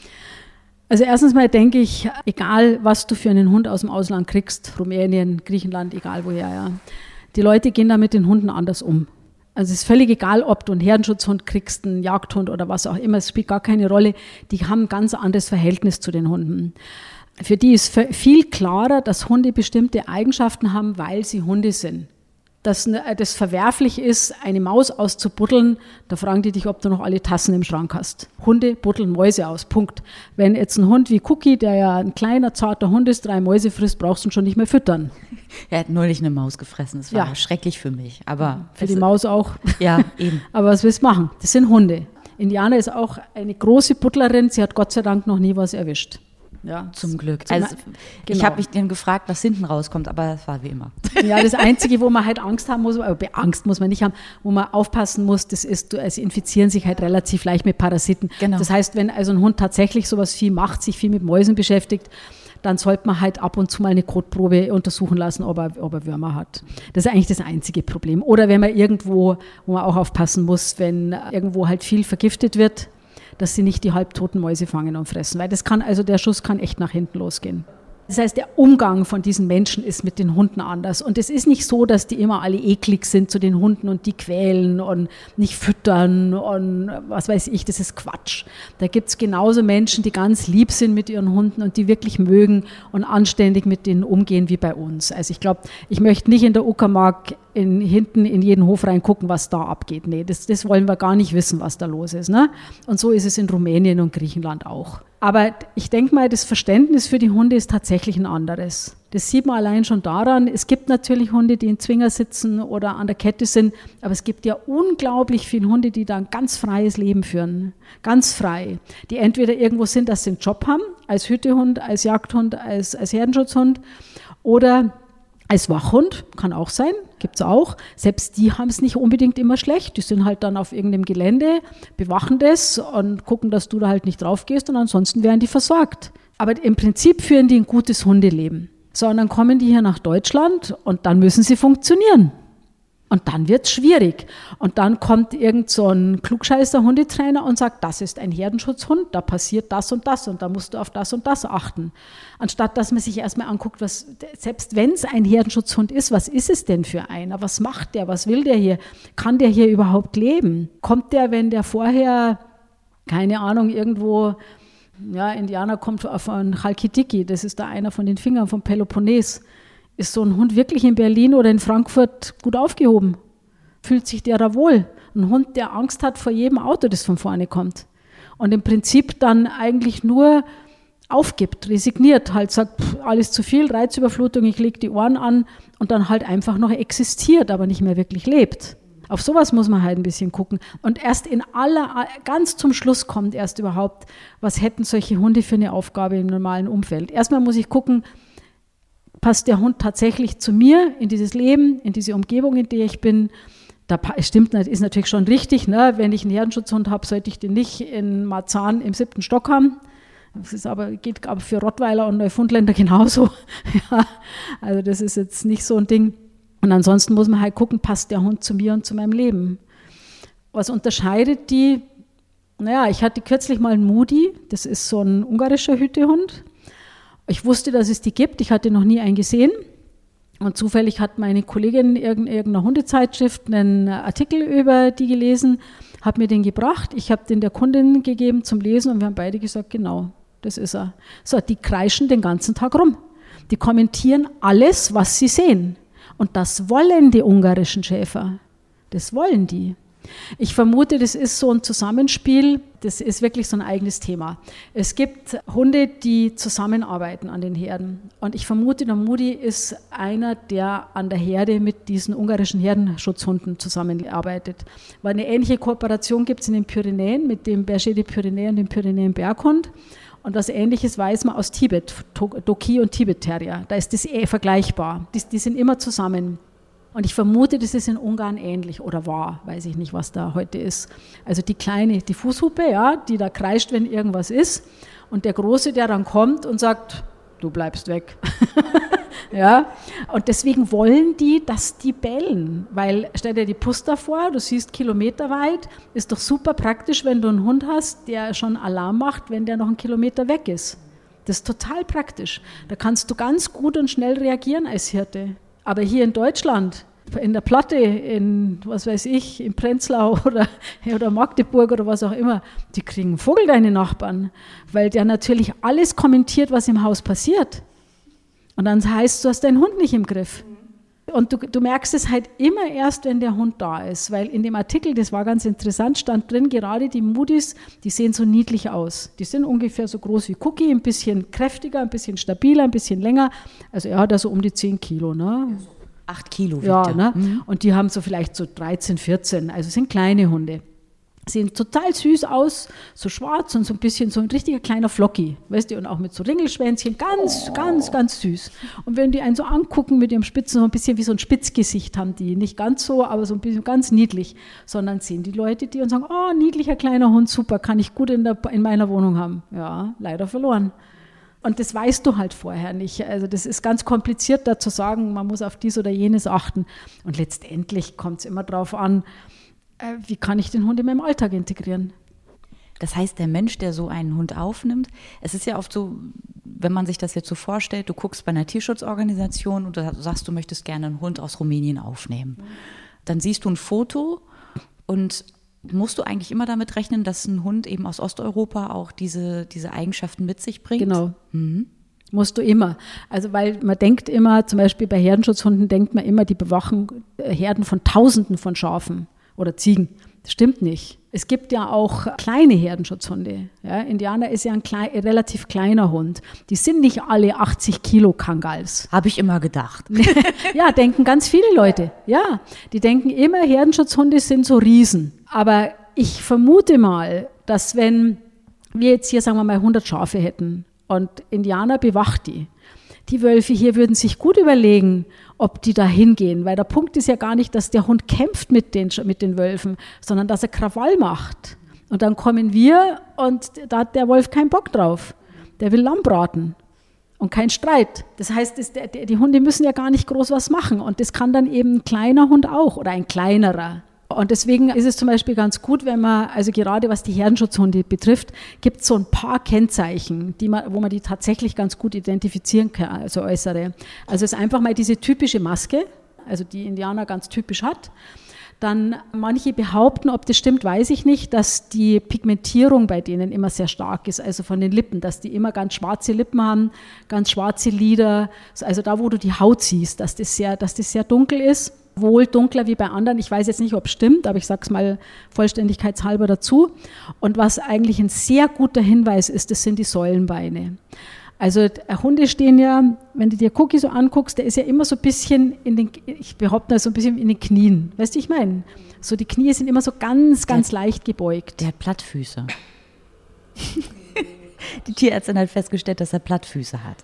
Also erstens mal denke ich, egal was du für einen Hund aus dem Ausland kriegst, Rumänien, Griechenland, egal woher, ja, die Leute gehen da mit den Hunden anders um. Also es ist völlig egal, ob du einen Herdenschutzhund kriegst, einen Jagdhund oder was auch immer, es spielt gar keine Rolle. Die haben ein ganz anderes Verhältnis zu den Hunden. Für die ist viel klarer, dass Hunde bestimmte Eigenschaften haben, weil sie Hunde sind. Dass das verwerflich ist, eine Maus auszubuddeln, da fragen die dich, ob du noch alle Tassen im Schrank hast. Hunde buddeln Mäuse aus, Punkt. Wenn jetzt ein Hund wie Cookie, der ja ein kleiner, zarter Hund ist, drei Mäuse frisst, brauchst du ihn schon nicht mehr füttern.
Er hat neulich eine Maus gefressen, das war
ja.
schrecklich für mich. Aber
für die Maus auch.
Ja, eben.
Aber was willst du machen? Das sind Hunde. Indiana ist auch eine große Buddlerin, sie hat Gott sei Dank noch nie was erwischt. Ja,
zum Glück.
Zum,
also,
genau.
Ich habe mich dann gefragt, was hinten rauskommt, aber das war wie immer.
Ja, das Einzige, wo man halt Angst haben muss, aber Angst muss man nicht haben, wo man aufpassen muss, das ist, sie infizieren sich halt relativ leicht mit Parasiten. Genau. Das heißt, wenn also ein Hund tatsächlich sowas viel macht, sich viel mit Mäusen beschäftigt, dann sollte man halt ab und zu mal eine Kotprobe untersuchen lassen, ob er, ob er Würmer hat. Das ist eigentlich das einzige Problem. Oder wenn man irgendwo, wo man auch aufpassen muss, wenn irgendwo halt viel vergiftet wird, dass sie nicht die halbtoten Mäuse fangen und fressen. Weil das kann, also der Schuss kann echt nach hinten losgehen. Das heißt, der Umgang von diesen Menschen ist mit den Hunden anders. Und es ist nicht so, dass die immer alle eklig sind zu den Hunden und die quälen und nicht füttern und was weiß ich, das ist Quatsch. Da gibt es genauso Menschen, die ganz lieb sind mit ihren Hunden und die wirklich mögen und anständig mit denen umgehen wie bei uns. Also ich glaube, ich möchte nicht in der Uckermark in, hinten in jeden Hof reingucken, was da abgeht. Nee, das, das wollen wir gar nicht wissen, was da los ist. Ne? Und so ist es in Rumänien und Griechenland auch. Aber ich denke mal, das Verständnis für die Hunde ist tatsächlich ein anderes. Das sieht man allein schon daran, es gibt natürlich Hunde, die in Zwinger sitzen oder an der Kette sind, aber es gibt ja unglaublich viele Hunde, die da ein ganz freies Leben führen, ganz frei, die entweder irgendwo sind, dass sie einen Job haben, als Hütehund, als Jagdhund, als, als Herdenschutzhund oder als Wachhund, kann auch sein, gibt es auch. Selbst die haben es nicht unbedingt immer schlecht. Die sind halt dann auf irgendeinem Gelände, bewachen das und gucken, dass du da halt nicht drauf gehst und ansonsten werden die versorgt. Aber im Prinzip führen die ein gutes Hundeleben. So, und dann kommen die hier nach Deutschland und dann müssen sie funktionieren. Und dann wird es schwierig. Und dann kommt irgend so ein klugscheißer Hundetrainer und sagt, das ist ein Herdenschutzhund, da passiert das und das und da musst du auf das und das achten. Anstatt dass man sich erstmal anguckt, was, selbst wenn es ein Herdenschutzhund ist, was ist es denn für einer? Was macht der? Was will der hier? Kann der hier überhaupt leben? Kommt der, wenn der vorher, keine Ahnung, irgendwo, ja, Indianer kommt von Chalkidiki, das ist da einer von den Fingern vom Peloponnes. Ist so ein Hund wirklich in Berlin oder in Frankfurt gut aufgehoben? Fühlt sich der da wohl? Ein Hund, der Angst hat vor jedem Auto, das von vorne kommt. Und im Prinzip dann eigentlich nur aufgibt, resigniert, halt sagt, pff, alles zu viel, Reizüberflutung, ich lege die Ohren an und dann halt einfach noch existiert, aber nicht mehr wirklich lebt. Auf sowas muss man halt ein bisschen gucken. Und erst in aller, ganz zum Schluss kommt erst überhaupt, was hätten solche Hunde für eine Aufgabe im normalen Umfeld. Erstmal muss ich gucken, passt der Hund tatsächlich zu mir, in dieses Leben, in diese Umgebung, in der ich bin. Da stimmt, ist natürlich schon richtig, ne? Wenn ich einen Herdenschutzhund habe, sollte ich den nicht in Marzahn im siebten Stock haben. Das ist aber, geht aber für Rottweiler und Neufundländer genauso. Ja, also das ist jetzt nicht so ein Ding. Und ansonsten muss man halt gucken, passt der Hund zu mir und zu meinem Leben. Was unterscheidet die? Naja, ich hatte kürzlich mal einen Moody, das ist so ein ungarischer Hütehund. Ich wusste, dass es die gibt, ich hatte noch nie einen gesehen und zufällig hat meine Kollegin in irgendeiner Hundezeitschrift einen Artikel über die gelesen, hat mir den gebracht, ich habe den der Kundin gegeben zum Lesen und wir haben beide gesagt, genau, das ist er. So, die kreischen den ganzen Tag rum, die kommentieren alles, was sie sehen und das wollen die ungarischen Schäfer, das wollen die. Ich vermute, das ist so ein Zusammenspiel, das ist wirklich so ein eigenes Thema. Es gibt Hunde, die zusammenarbeiten an den Herden. Und ich vermute, der Moody ist einer, der an der Herde mit diesen ungarischen Herdenschutzhunden zusammenarbeitet. Weil eine ähnliche Kooperation gibt es in den Pyrenäen mit dem Berger des Pyrénées und dem Pyrenäen-Berghund. Und was Ähnliches weiß man aus Tibet, Doki und Tibet-Terrier. Da ist das eh vergleichbar. Die, die sind immer zusammen. Und ich vermute, das ist in Ungarn ähnlich oder war, weiß ich nicht, was da heute ist. Also die kleine, die Fußhupe, ja, die da kreischt, wenn irgendwas ist. Und der Große, der dann kommt und sagt, du bleibst weg. Ja, und deswegen wollen die, dass die bellen. Weil, stell dir die Puster vor, du siehst kilometerweit, ist doch super praktisch, wenn du einen Hund hast, der schon Alarm macht, wenn der noch einen Kilometer weg ist. Das ist total praktisch. Da kannst du ganz gut und schnell reagieren als Hirte. Aber hier in Deutschland, in der Platte, in, was weiß ich, in Prenzlau oder, oder Magdeburg oder was auch immer, die kriegen einen Vogel, deine Nachbarn, weil der natürlich alles kommentiert, was im Haus passiert. Und dann heißt es, du hast deinen Hund nicht im Griff. Und du, du merkst es halt immer erst, wenn der Hund da ist, weil in dem Artikel, das war ganz interessant, stand drin, gerade die Moodies, die sehen so niedlich aus. Die sind ungefähr so groß wie Cookie, ein bisschen kräftiger, ein bisschen stabiler, ein bisschen länger. Also er hat da so um die zehn Kilo, ne?
Acht Kilo wiegt
ja,
er.
Ne?
Mhm.
Und die haben so vielleicht so dreizehn, vierzehn, also sind kleine Hunde. Sehen total süß aus, so schwarz und so ein bisschen so ein richtiger kleiner Flocki, weißt du, und auch mit so Ringelschwänzchen, ganz, oh. ganz, ganz süß. Und wenn die einen so angucken mit ihrem Spitzen, so ein bisschen wie so ein Spitzgesicht haben die, nicht ganz so, aber so ein bisschen ganz niedlich, sondern sehen die Leute die und sagen, oh, niedlicher kleiner Hund, super, kann ich gut in, der, in meiner Wohnung haben. Ja, leider verloren. Und das weißt du halt vorher nicht. Also das ist ganz kompliziert, da zu sagen, man muss auf dies oder jenes achten. Und letztendlich kommt es immer darauf an, wie kann ich den Hund in meinem Alltag integrieren?
Das heißt, der Mensch, der so einen Hund aufnimmt, es ist ja oft so, wenn man sich das jetzt so vorstellt, du guckst bei einer Tierschutzorganisation und du sagst, du möchtest gerne einen Hund aus Rumänien aufnehmen. Dann siehst du ein Foto und musst du eigentlich immer damit rechnen, dass ein Hund eben aus Osteuropa auch diese, diese Eigenschaften mit sich bringt?
Genau.
Mhm.
Musst du immer. Also weil man denkt immer, zum Beispiel bei Herdenschutzhunden denkt man immer, die bewachen Herden von Tausenden von Schafen oder Ziegen. Das stimmt nicht. Es gibt ja auch kleine Herdenschutzhunde. Ja, Indianer ist ja ein klein, relativ kleiner Hund. Die sind nicht alle achtzig Kilo Kangals.
Habe ich immer gedacht.
Ja, denken ganz viele Leute. Ja, die denken immer, Herdenschutzhunde sind so Riesen. Aber ich vermute mal, dass wenn wir jetzt hier, sagen wir mal, hundert Schafe hätten und Indianer bewacht die, die Wölfe hier würden sich gut überlegen, ob die da hingehen, weil der Punkt ist ja gar nicht, dass der Hund kämpft mit den, mit den Wölfen, sondern dass er Krawall macht. Und dann kommen wir und da hat der Wolf keinen Bock drauf. Der will Lamm braten und kein Streit. Das heißt, das, der, die Hunde müssen ja gar nicht groß was machen und das kann dann eben ein kleiner Hund auch oder ein kleinerer. Und deswegen ist es zum Beispiel ganz gut, wenn man, also gerade was die Herdenschutzhunde betrifft, gibt es so ein paar Kennzeichen, die man, wo man die tatsächlich ganz gut identifizieren kann, also äußere. Also es ist einfach mal diese typische Maske, also die Indianer ganz typisch hat. Dann manche behaupten, ob das stimmt, weiß ich nicht, dass die Pigmentierung bei denen immer sehr stark ist, also von den Lippen, dass die immer ganz schwarze Lippen haben, ganz schwarze Lider, also da, wo du die Haut siehst, dass das sehr, dass das sehr dunkel ist. Wohl dunkler wie bei anderen. Ich weiß jetzt nicht, ob es stimmt, aber ich sage es mal vollständigkeitshalber dazu. Und was eigentlich ein sehr guter Hinweis ist, das sind die Säulenbeine. Also Hunde stehen ja, wenn du dir Cookie so anguckst, der ist ja immer so ein bisschen in den, ich behaupte mal so ein bisschen in den Knien. Weißt du, ich meine? So die Knie sind immer so ganz, ganz der, leicht gebeugt.
Der hat Plattfüße. Die Tierärztin hat festgestellt, dass er Plattfüße hat.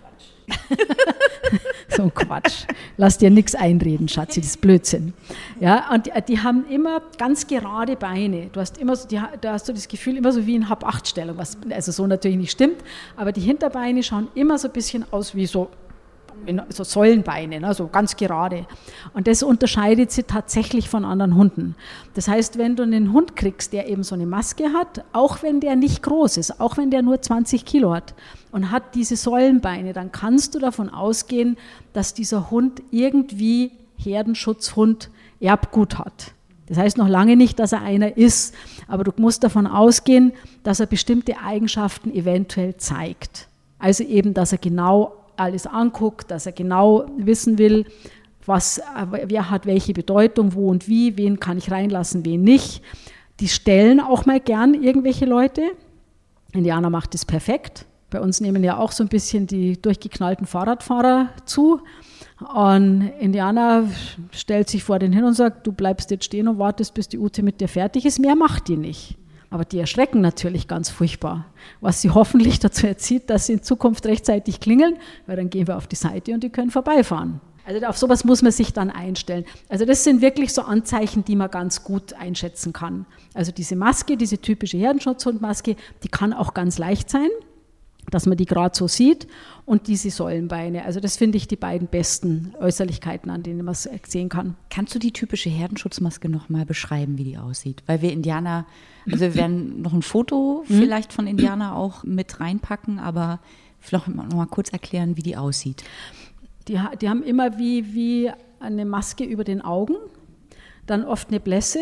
So ein Quatsch. Lass dir nichts einreden, Schatzi, das ist Blödsinn. Ja, und die, die haben immer ganz gerade Beine. Du hast immer so, die, da hast du das Gefühl, immer so wie in Hab-acht-Stellung, was also so natürlich nicht stimmt, aber die Hinterbeine schauen immer so ein bisschen aus wie so, so Säulenbeine, ne, so ganz gerade. Und das unterscheidet sie tatsächlich von anderen Hunden. Das heißt, wenn du einen Hund kriegst, der eben so eine Maske hat, auch wenn der nicht groß ist, auch wenn der nur zwanzig Kilo hat und hat diese Säulenbeine, dann kannst du davon ausgehen, dass dieser Hund irgendwie Herdenschutzhund Erbgut hat. Das heißt noch lange nicht, dass er einer ist, aber du musst davon ausgehen, dass er bestimmte Eigenschaften eventuell zeigt. Also eben, dass er genau alles anguckt, dass er genau wissen will, was, wer hat welche Bedeutung, wo und wie, wen kann ich reinlassen, wen nicht. Die stellen auch mal gern irgendwelche Leute. Indianer macht das perfekt. Bei uns nehmen ja auch so ein bisschen die durchgeknallten Fahrradfahrer zu. Und Indianer stellt sich vor den hin und sagt, du bleibst jetzt stehen und wartest, bis die Ute mit dir fertig ist. Mehr macht die nicht. Aber die erschrecken natürlich ganz furchtbar, was sie hoffentlich dazu erzieht, dass sie in Zukunft rechtzeitig klingeln, weil dann gehen wir auf die Seite und die können vorbeifahren. Also auf sowas muss man sich dann einstellen. Also das sind wirklich so Anzeichen, die man ganz gut einschätzen kann. Also diese Maske, diese typische Herdenschutzhundmaske, die kann auch ganz leicht sein, dass man die gerade so sieht, und diese Säulenbeine. Also das finde ich die beiden besten Äußerlichkeiten, an denen man es sehen kann.
Kannst du die typische Herdenschutzmaske noch mal beschreiben, wie die aussieht? Weil wir Indianer, also wir werden noch ein Foto vielleicht von Indianer auch mit reinpacken, aber vielleicht noch mal kurz erklären, wie die aussieht.
Die, die haben immer wie, wie eine Maske über den Augen, dann oft eine Blässe,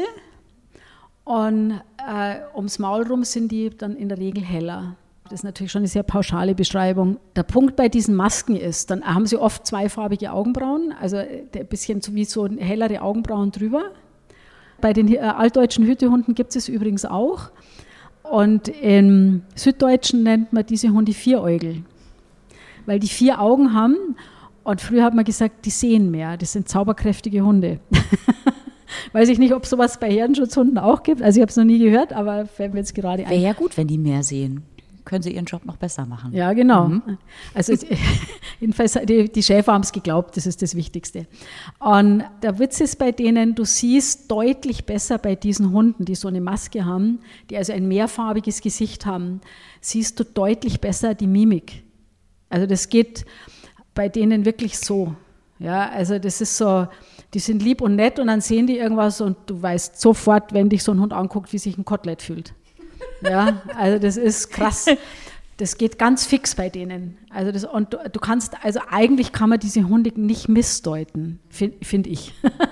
und äh, ums Maul rum sind die dann in der Regel heller. Das ist natürlich schon eine sehr pauschale Beschreibung. Der Punkt bei diesen Masken ist, dann haben sie oft zweifarbige Augenbrauen, also ein bisschen so wie so hellere Augenbrauen drüber. Bei den äh, altdeutschen Hütehunden gibt es übrigens auch. Und im Süddeutschen nennt man diese Hunde Vieräugel, weil die vier Augen haben. Und früher hat man gesagt, die sehen mehr, das sind zauberkräftige Hunde. Weiß ich nicht, ob es sowas bei Herdenschutzhunden auch gibt. Also ich habe es noch nie gehört, aber fällt mir jetzt gerade ein.
Wäre ja gut, wenn die mehr sehen. Können sie ihren Job noch besser machen.
Ja, genau.
Mhm.
Also jedenfalls, die, die Schäfer haben es geglaubt, das ist das Wichtigste. Und der Witz ist bei denen, du siehst deutlich besser bei diesen Hunden, die so eine Maske haben, die also ein mehrfarbiges Gesicht haben, siehst du deutlich besser die Mimik. Also das geht bei denen wirklich so. Ja, also das ist so, die sind lieb und nett und dann sehen die irgendwas und du weißt sofort, wenn dich so ein Hund anguckt, wie sich ein Kotelett fühlt. Ja, also das ist krass. Das geht ganz fix bei denen. Also das, und du, du kannst, also eigentlich kann man diese Hunde nicht missdeuten, finde find ich.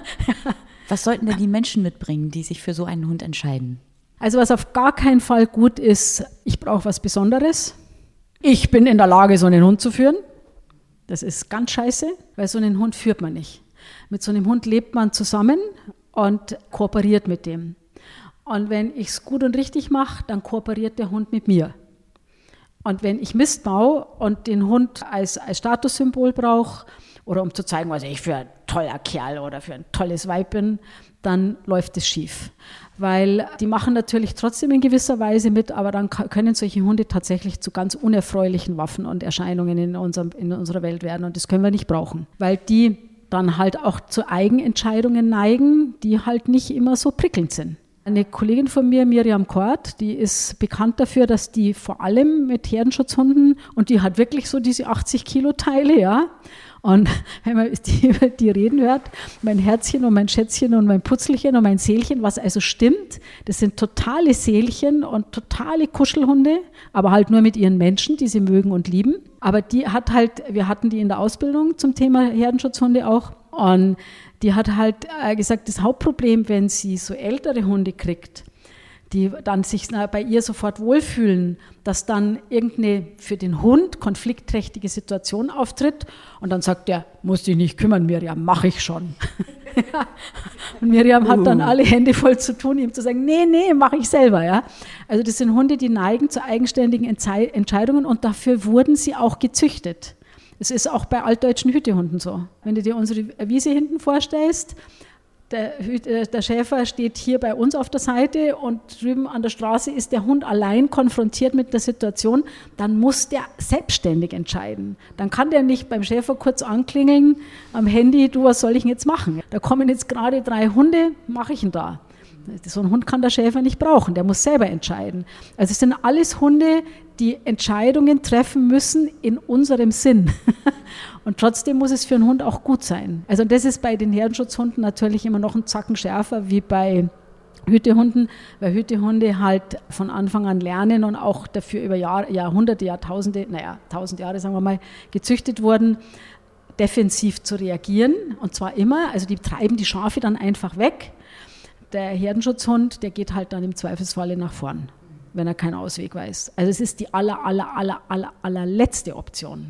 Was sollten denn die Menschen mitbringen, die sich für so einen Hund entscheiden?
Also was auf gar keinen Fall gut ist, ich brauche was Besonderes. Ich bin in der Lage, so einen Hund zu führen. Das ist ganz scheiße, weil so einen Hund führt man nicht. Mit so einem Hund lebt man zusammen und kooperiert mit dem. Und wenn ich es gut und richtig mache, dann kooperiert der Hund mit mir. Und wenn ich Mist baue und den Hund als, als Statussymbol brauche oder um zu zeigen, was ich für ein toller Kerl oder für ein tolles Weib bin, dann läuft es schief. Weil die machen natürlich trotzdem in gewisser Weise mit, aber dann können solche Hunde tatsächlich zu ganz unerfreulichen Waffen und Erscheinungen in, unserem, in unserer Welt werden. Und das können wir nicht brauchen, weil die dann halt auch zu Eigenentscheidungen neigen, die halt nicht immer so prickelnd sind. Eine Kollegin von mir, Miriam Kort, die ist bekannt dafür, dass die vor allem mit Herdenschutzhunden, und die hat wirklich so diese achtzig Kilo Teile, ja. Und wenn man die, die reden hört, mein Herzchen und mein Schätzchen und mein Putzelchen und mein Seelchen, was also stimmt, das sind totale Seelchen und totale Kuschelhunde, aber halt nur mit ihren Menschen, die sie mögen und lieben. Aber die hat halt, wir hatten die in der Ausbildung zum Thema Herdenschutzhunde auch, und die hat halt gesagt, das Hauptproblem, wenn sie so ältere Hunde kriegt, die dann sich bei ihr sofort wohlfühlen, dass dann irgendeine für den Hund konfliktträchtige Situation auftritt und dann sagt er, muss dich nicht kümmern, Miriam, mache ich schon. Und Miriam hat dann alle Hände voll zu tun, ihm zu sagen, nee, nee, mache ich selber. Ja? Also das sind Hunde, die neigen zu eigenständigen Entscheidungen und dafür wurden sie auch gezüchtet. Es ist auch bei altdeutschen Hütehunden so. Wenn du dir unsere Wiese hinten vorstellst, der, der Schäfer steht hier bei uns auf der Seite und drüben an der Straße ist der Hund allein konfrontiert mit der Situation, dann muss der selbstständig entscheiden. Dann kann der nicht beim Schäfer kurz anklingeln am Handy, du, was soll ich denn jetzt machen? Da kommen jetzt gerade drei Hunde, mache ich denn da? So einen Hund kann der Schäfer nicht brauchen, der muss selber entscheiden. Also es sind alles Hunde, die Entscheidungen treffen müssen in unserem Sinn. Und trotzdem muss es für einen Hund auch gut sein. Also das ist bei den Herdenschutzhunden natürlich immer noch ein Zacken schärfer wie bei Hütehunden, weil Hütehunde halt von Anfang an lernen und auch dafür über Jahr, Jahrhunderte, Jahrtausende, naja, tausend Jahre sagen wir mal, gezüchtet wurden, defensiv zu reagieren. Und zwar immer, also die treiben die Schafe dann einfach weg. Der Herdenschutzhund, der geht halt dann im Zweifelsfalle nach vorn, wenn er keinen Ausweg weiß. Also es ist die aller, aller, aller, aller, allerletzte Option.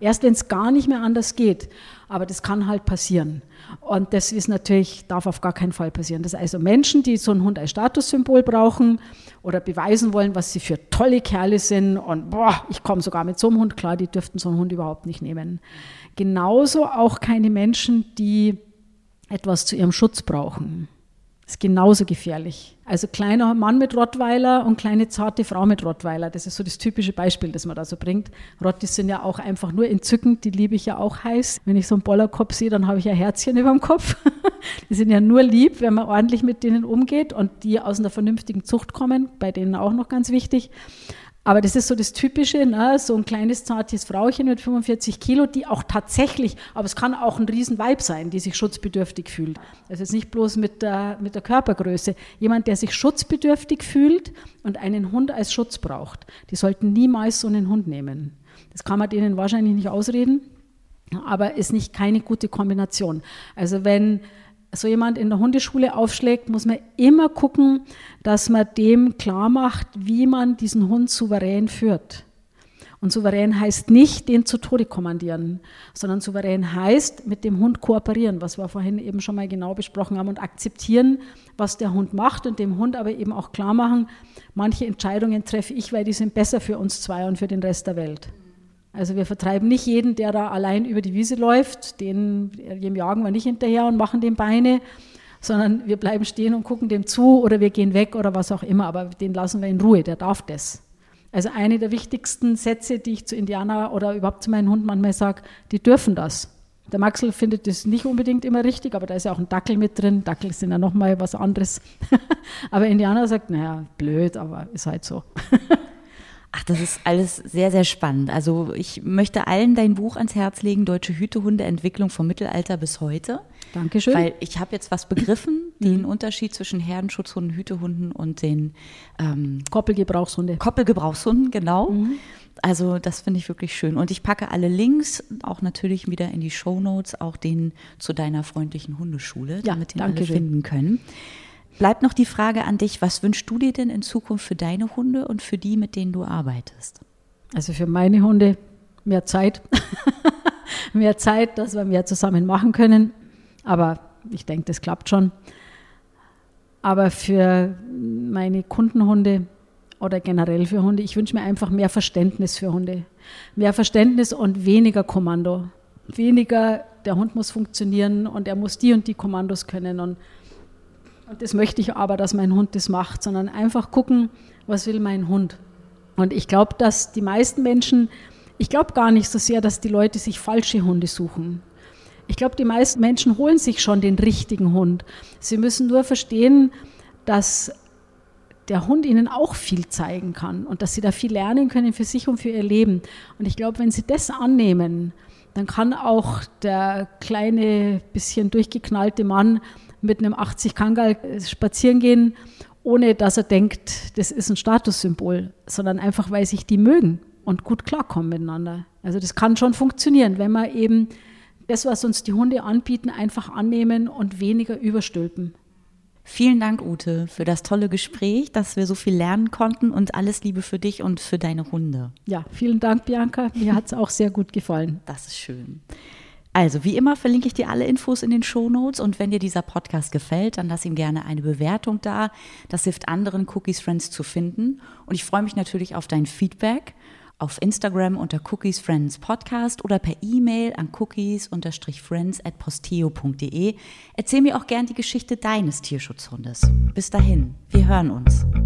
Erst wenn es gar nicht mehr anders geht. Aber das kann halt passieren. Und das ist natürlich, darf auf gar keinen Fall passieren. Das also Menschen, die so einen Hund als Statussymbol brauchen oder beweisen wollen, was sie für tolle Kerle sind und boah, ich komme sogar mit so einem Hund klar, die dürften so einen Hund überhaupt nicht nehmen. Genauso auch keine Menschen, die etwas zu ihrem Schutz brauchen. Das ist genauso gefährlich. Also kleiner Mann mit Rottweiler und kleine zarte Frau mit Rottweiler, das ist so das typische Beispiel, das man da so bringt. Rottis sind ja auch einfach nur entzückend, die liebe ich ja auch heiß. Wenn ich so einen Bollerkopf sehe, dann habe ich ein Herzchen über dem Kopf. Die sind ja nur lieb, wenn man ordentlich mit denen umgeht und die aus einer vernünftigen Zucht kommen, bei denen auch noch ganz wichtig. Aber das ist so das Typische, ne? So ein kleines, zartes Frauchen mit fünfundvierzig Kilo, die auch tatsächlich, aber es kann auch ein Riesenweib sein, die sich schutzbedürftig fühlt. Also jetzt nicht bloß mit der, mit der Körpergröße. Jemand, der sich schutzbedürftig fühlt und einen Hund als Schutz braucht, die sollten niemals so einen Hund nehmen. Das kann man denen wahrscheinlich nicht ausreden, aber ist nicht keine gute Kombination. Also wenn so jemand in der Hundeschule aufschlägt, muss man immer gucken, dass man dem klar macht, wie man diesen Hund souverän führt. Und souverän heißt nicht, den zu Tode kommandieren, sondern souverän heißt, mit dem Hund kooperieren, was wir vorhin eben schon mal genau besprochen haben und akzeptieren, was der Hund macht und dem Hund aber eben auch klar machen, manche Entscheidungen treffe ich, weil die sind besser für uns zwei und für den Rest der Welt. Also wir vertreiben nicht jeden, der da allein über die Wiese läuft, den, dem jagen wir nicht hinterher und machen dem Beine, sondern wir bleiben stehen und gucken dem zu oder wir gehen weg oder was auch immer, aber den lassen wir in Ruhe, der darf das. Also eine der wichtigsten Sätze, die ich zu Indianer oder überhaupt zu meinen Hunden manchmal sage, die dürfen das. Der Maxl findet das nicht unbedingt immer richtig, aber da ist ja auch ein Dackel mit drin, Dackel sind ja nochmal was anderes. Aber Indianer sagt, naja, blöd, aber ist halt so.
Ach, das ist alles sehr, sehr spannend. Also ich möchte allen dein Buch ans Herz legen, Deutsche Hütehunde, Entwicklung vom Mittelalter bis heute.
Dankeschön.
Weil ich habe jetzt was begriffen, den Unterschied zwischen Herdenschutzhunden, Hütehunden und den ähm,
Koppelgebrauchshunde.
Koppelgebrauchshunden, genau.
Mhm.
Also das finde ich wirklich schön. Und ich packe alle Links auch natürlich wieder in die Shownotes, auch den zu deiner freundlichen Hundeschule,
ja,
damit den alle finden können. Bleibt noch die Frage an dich, was wünschst du dir denn in Zukunft für deine Hunde und für die, mit denen du arbeitest?
Also für meine Hunde mehr Zeit. Mehr Zeit, dass wir mehr zusammen machen können. Aber ich denke, das klappt schon. Aber für meine Kundenhunde oder generell für Hunde, ich wünsche mir einfach mehr Verständnis für Hunde. Mehr Verständnis und weniger Kommando. Weniger, der Hund muss funktionieren und er muss die und die Kommandos können und Und das möchte ich aber, dass mein Hund das macht, sondern einfach gucken, was will mein Hund. Und ich glaube, dass die meisten Menschen, ich glaube gar nicht so sehr, dass die Leute sich falsche Hunde suchen. Ich glaube, die meisten Menschen holen sich schon den richtigen Hund. Sie müssen nur verstehen, dass der Hund ihnen auch viel zeigen kann und dass sie da viel lernen können für sich und für ihr Leben. Und ich glaube, wenn sie das annehmen, dann kann auch der kleine, bisschen durchgeknallte Mann mit einem achtzig Kangal spazieren gehen, ohne dass er denkt, das ist ein Statussymbol, sondern einfach, weil sich die mögen und gut klarkommen miteinander. Also das kann schon funktionieren, wenn wir eben das, was uns die Hunde anbieten, einfach annehmen und weniger überstülpen.
Vielen Dank, Ute, für das tolle Gespräch, dass wir so viel lernen konnten und alles Liebe für dich und für deine Hunde.
Ja, vielen Dank, Bianca. Mir hat es auch sehr gut gefallen.
Das ist schön. Also, wie immer verlinke ich dir alle Infos in den Shownotes und wenn dir dieser Podcast gefällt, dann lass ihm gerne eine Bewertung da. Das hilft anderen Cookies Friends zu finden und ich freue mich natürlich auf dein Feedback auf Instagram unter Cookies Friends Podcast oder per E-Mail an cookies-friends at posteo punkt de. Erzähl mir auch gern die Geschichte deines Tierschutzhundes. Bis dahin, wir hören uns.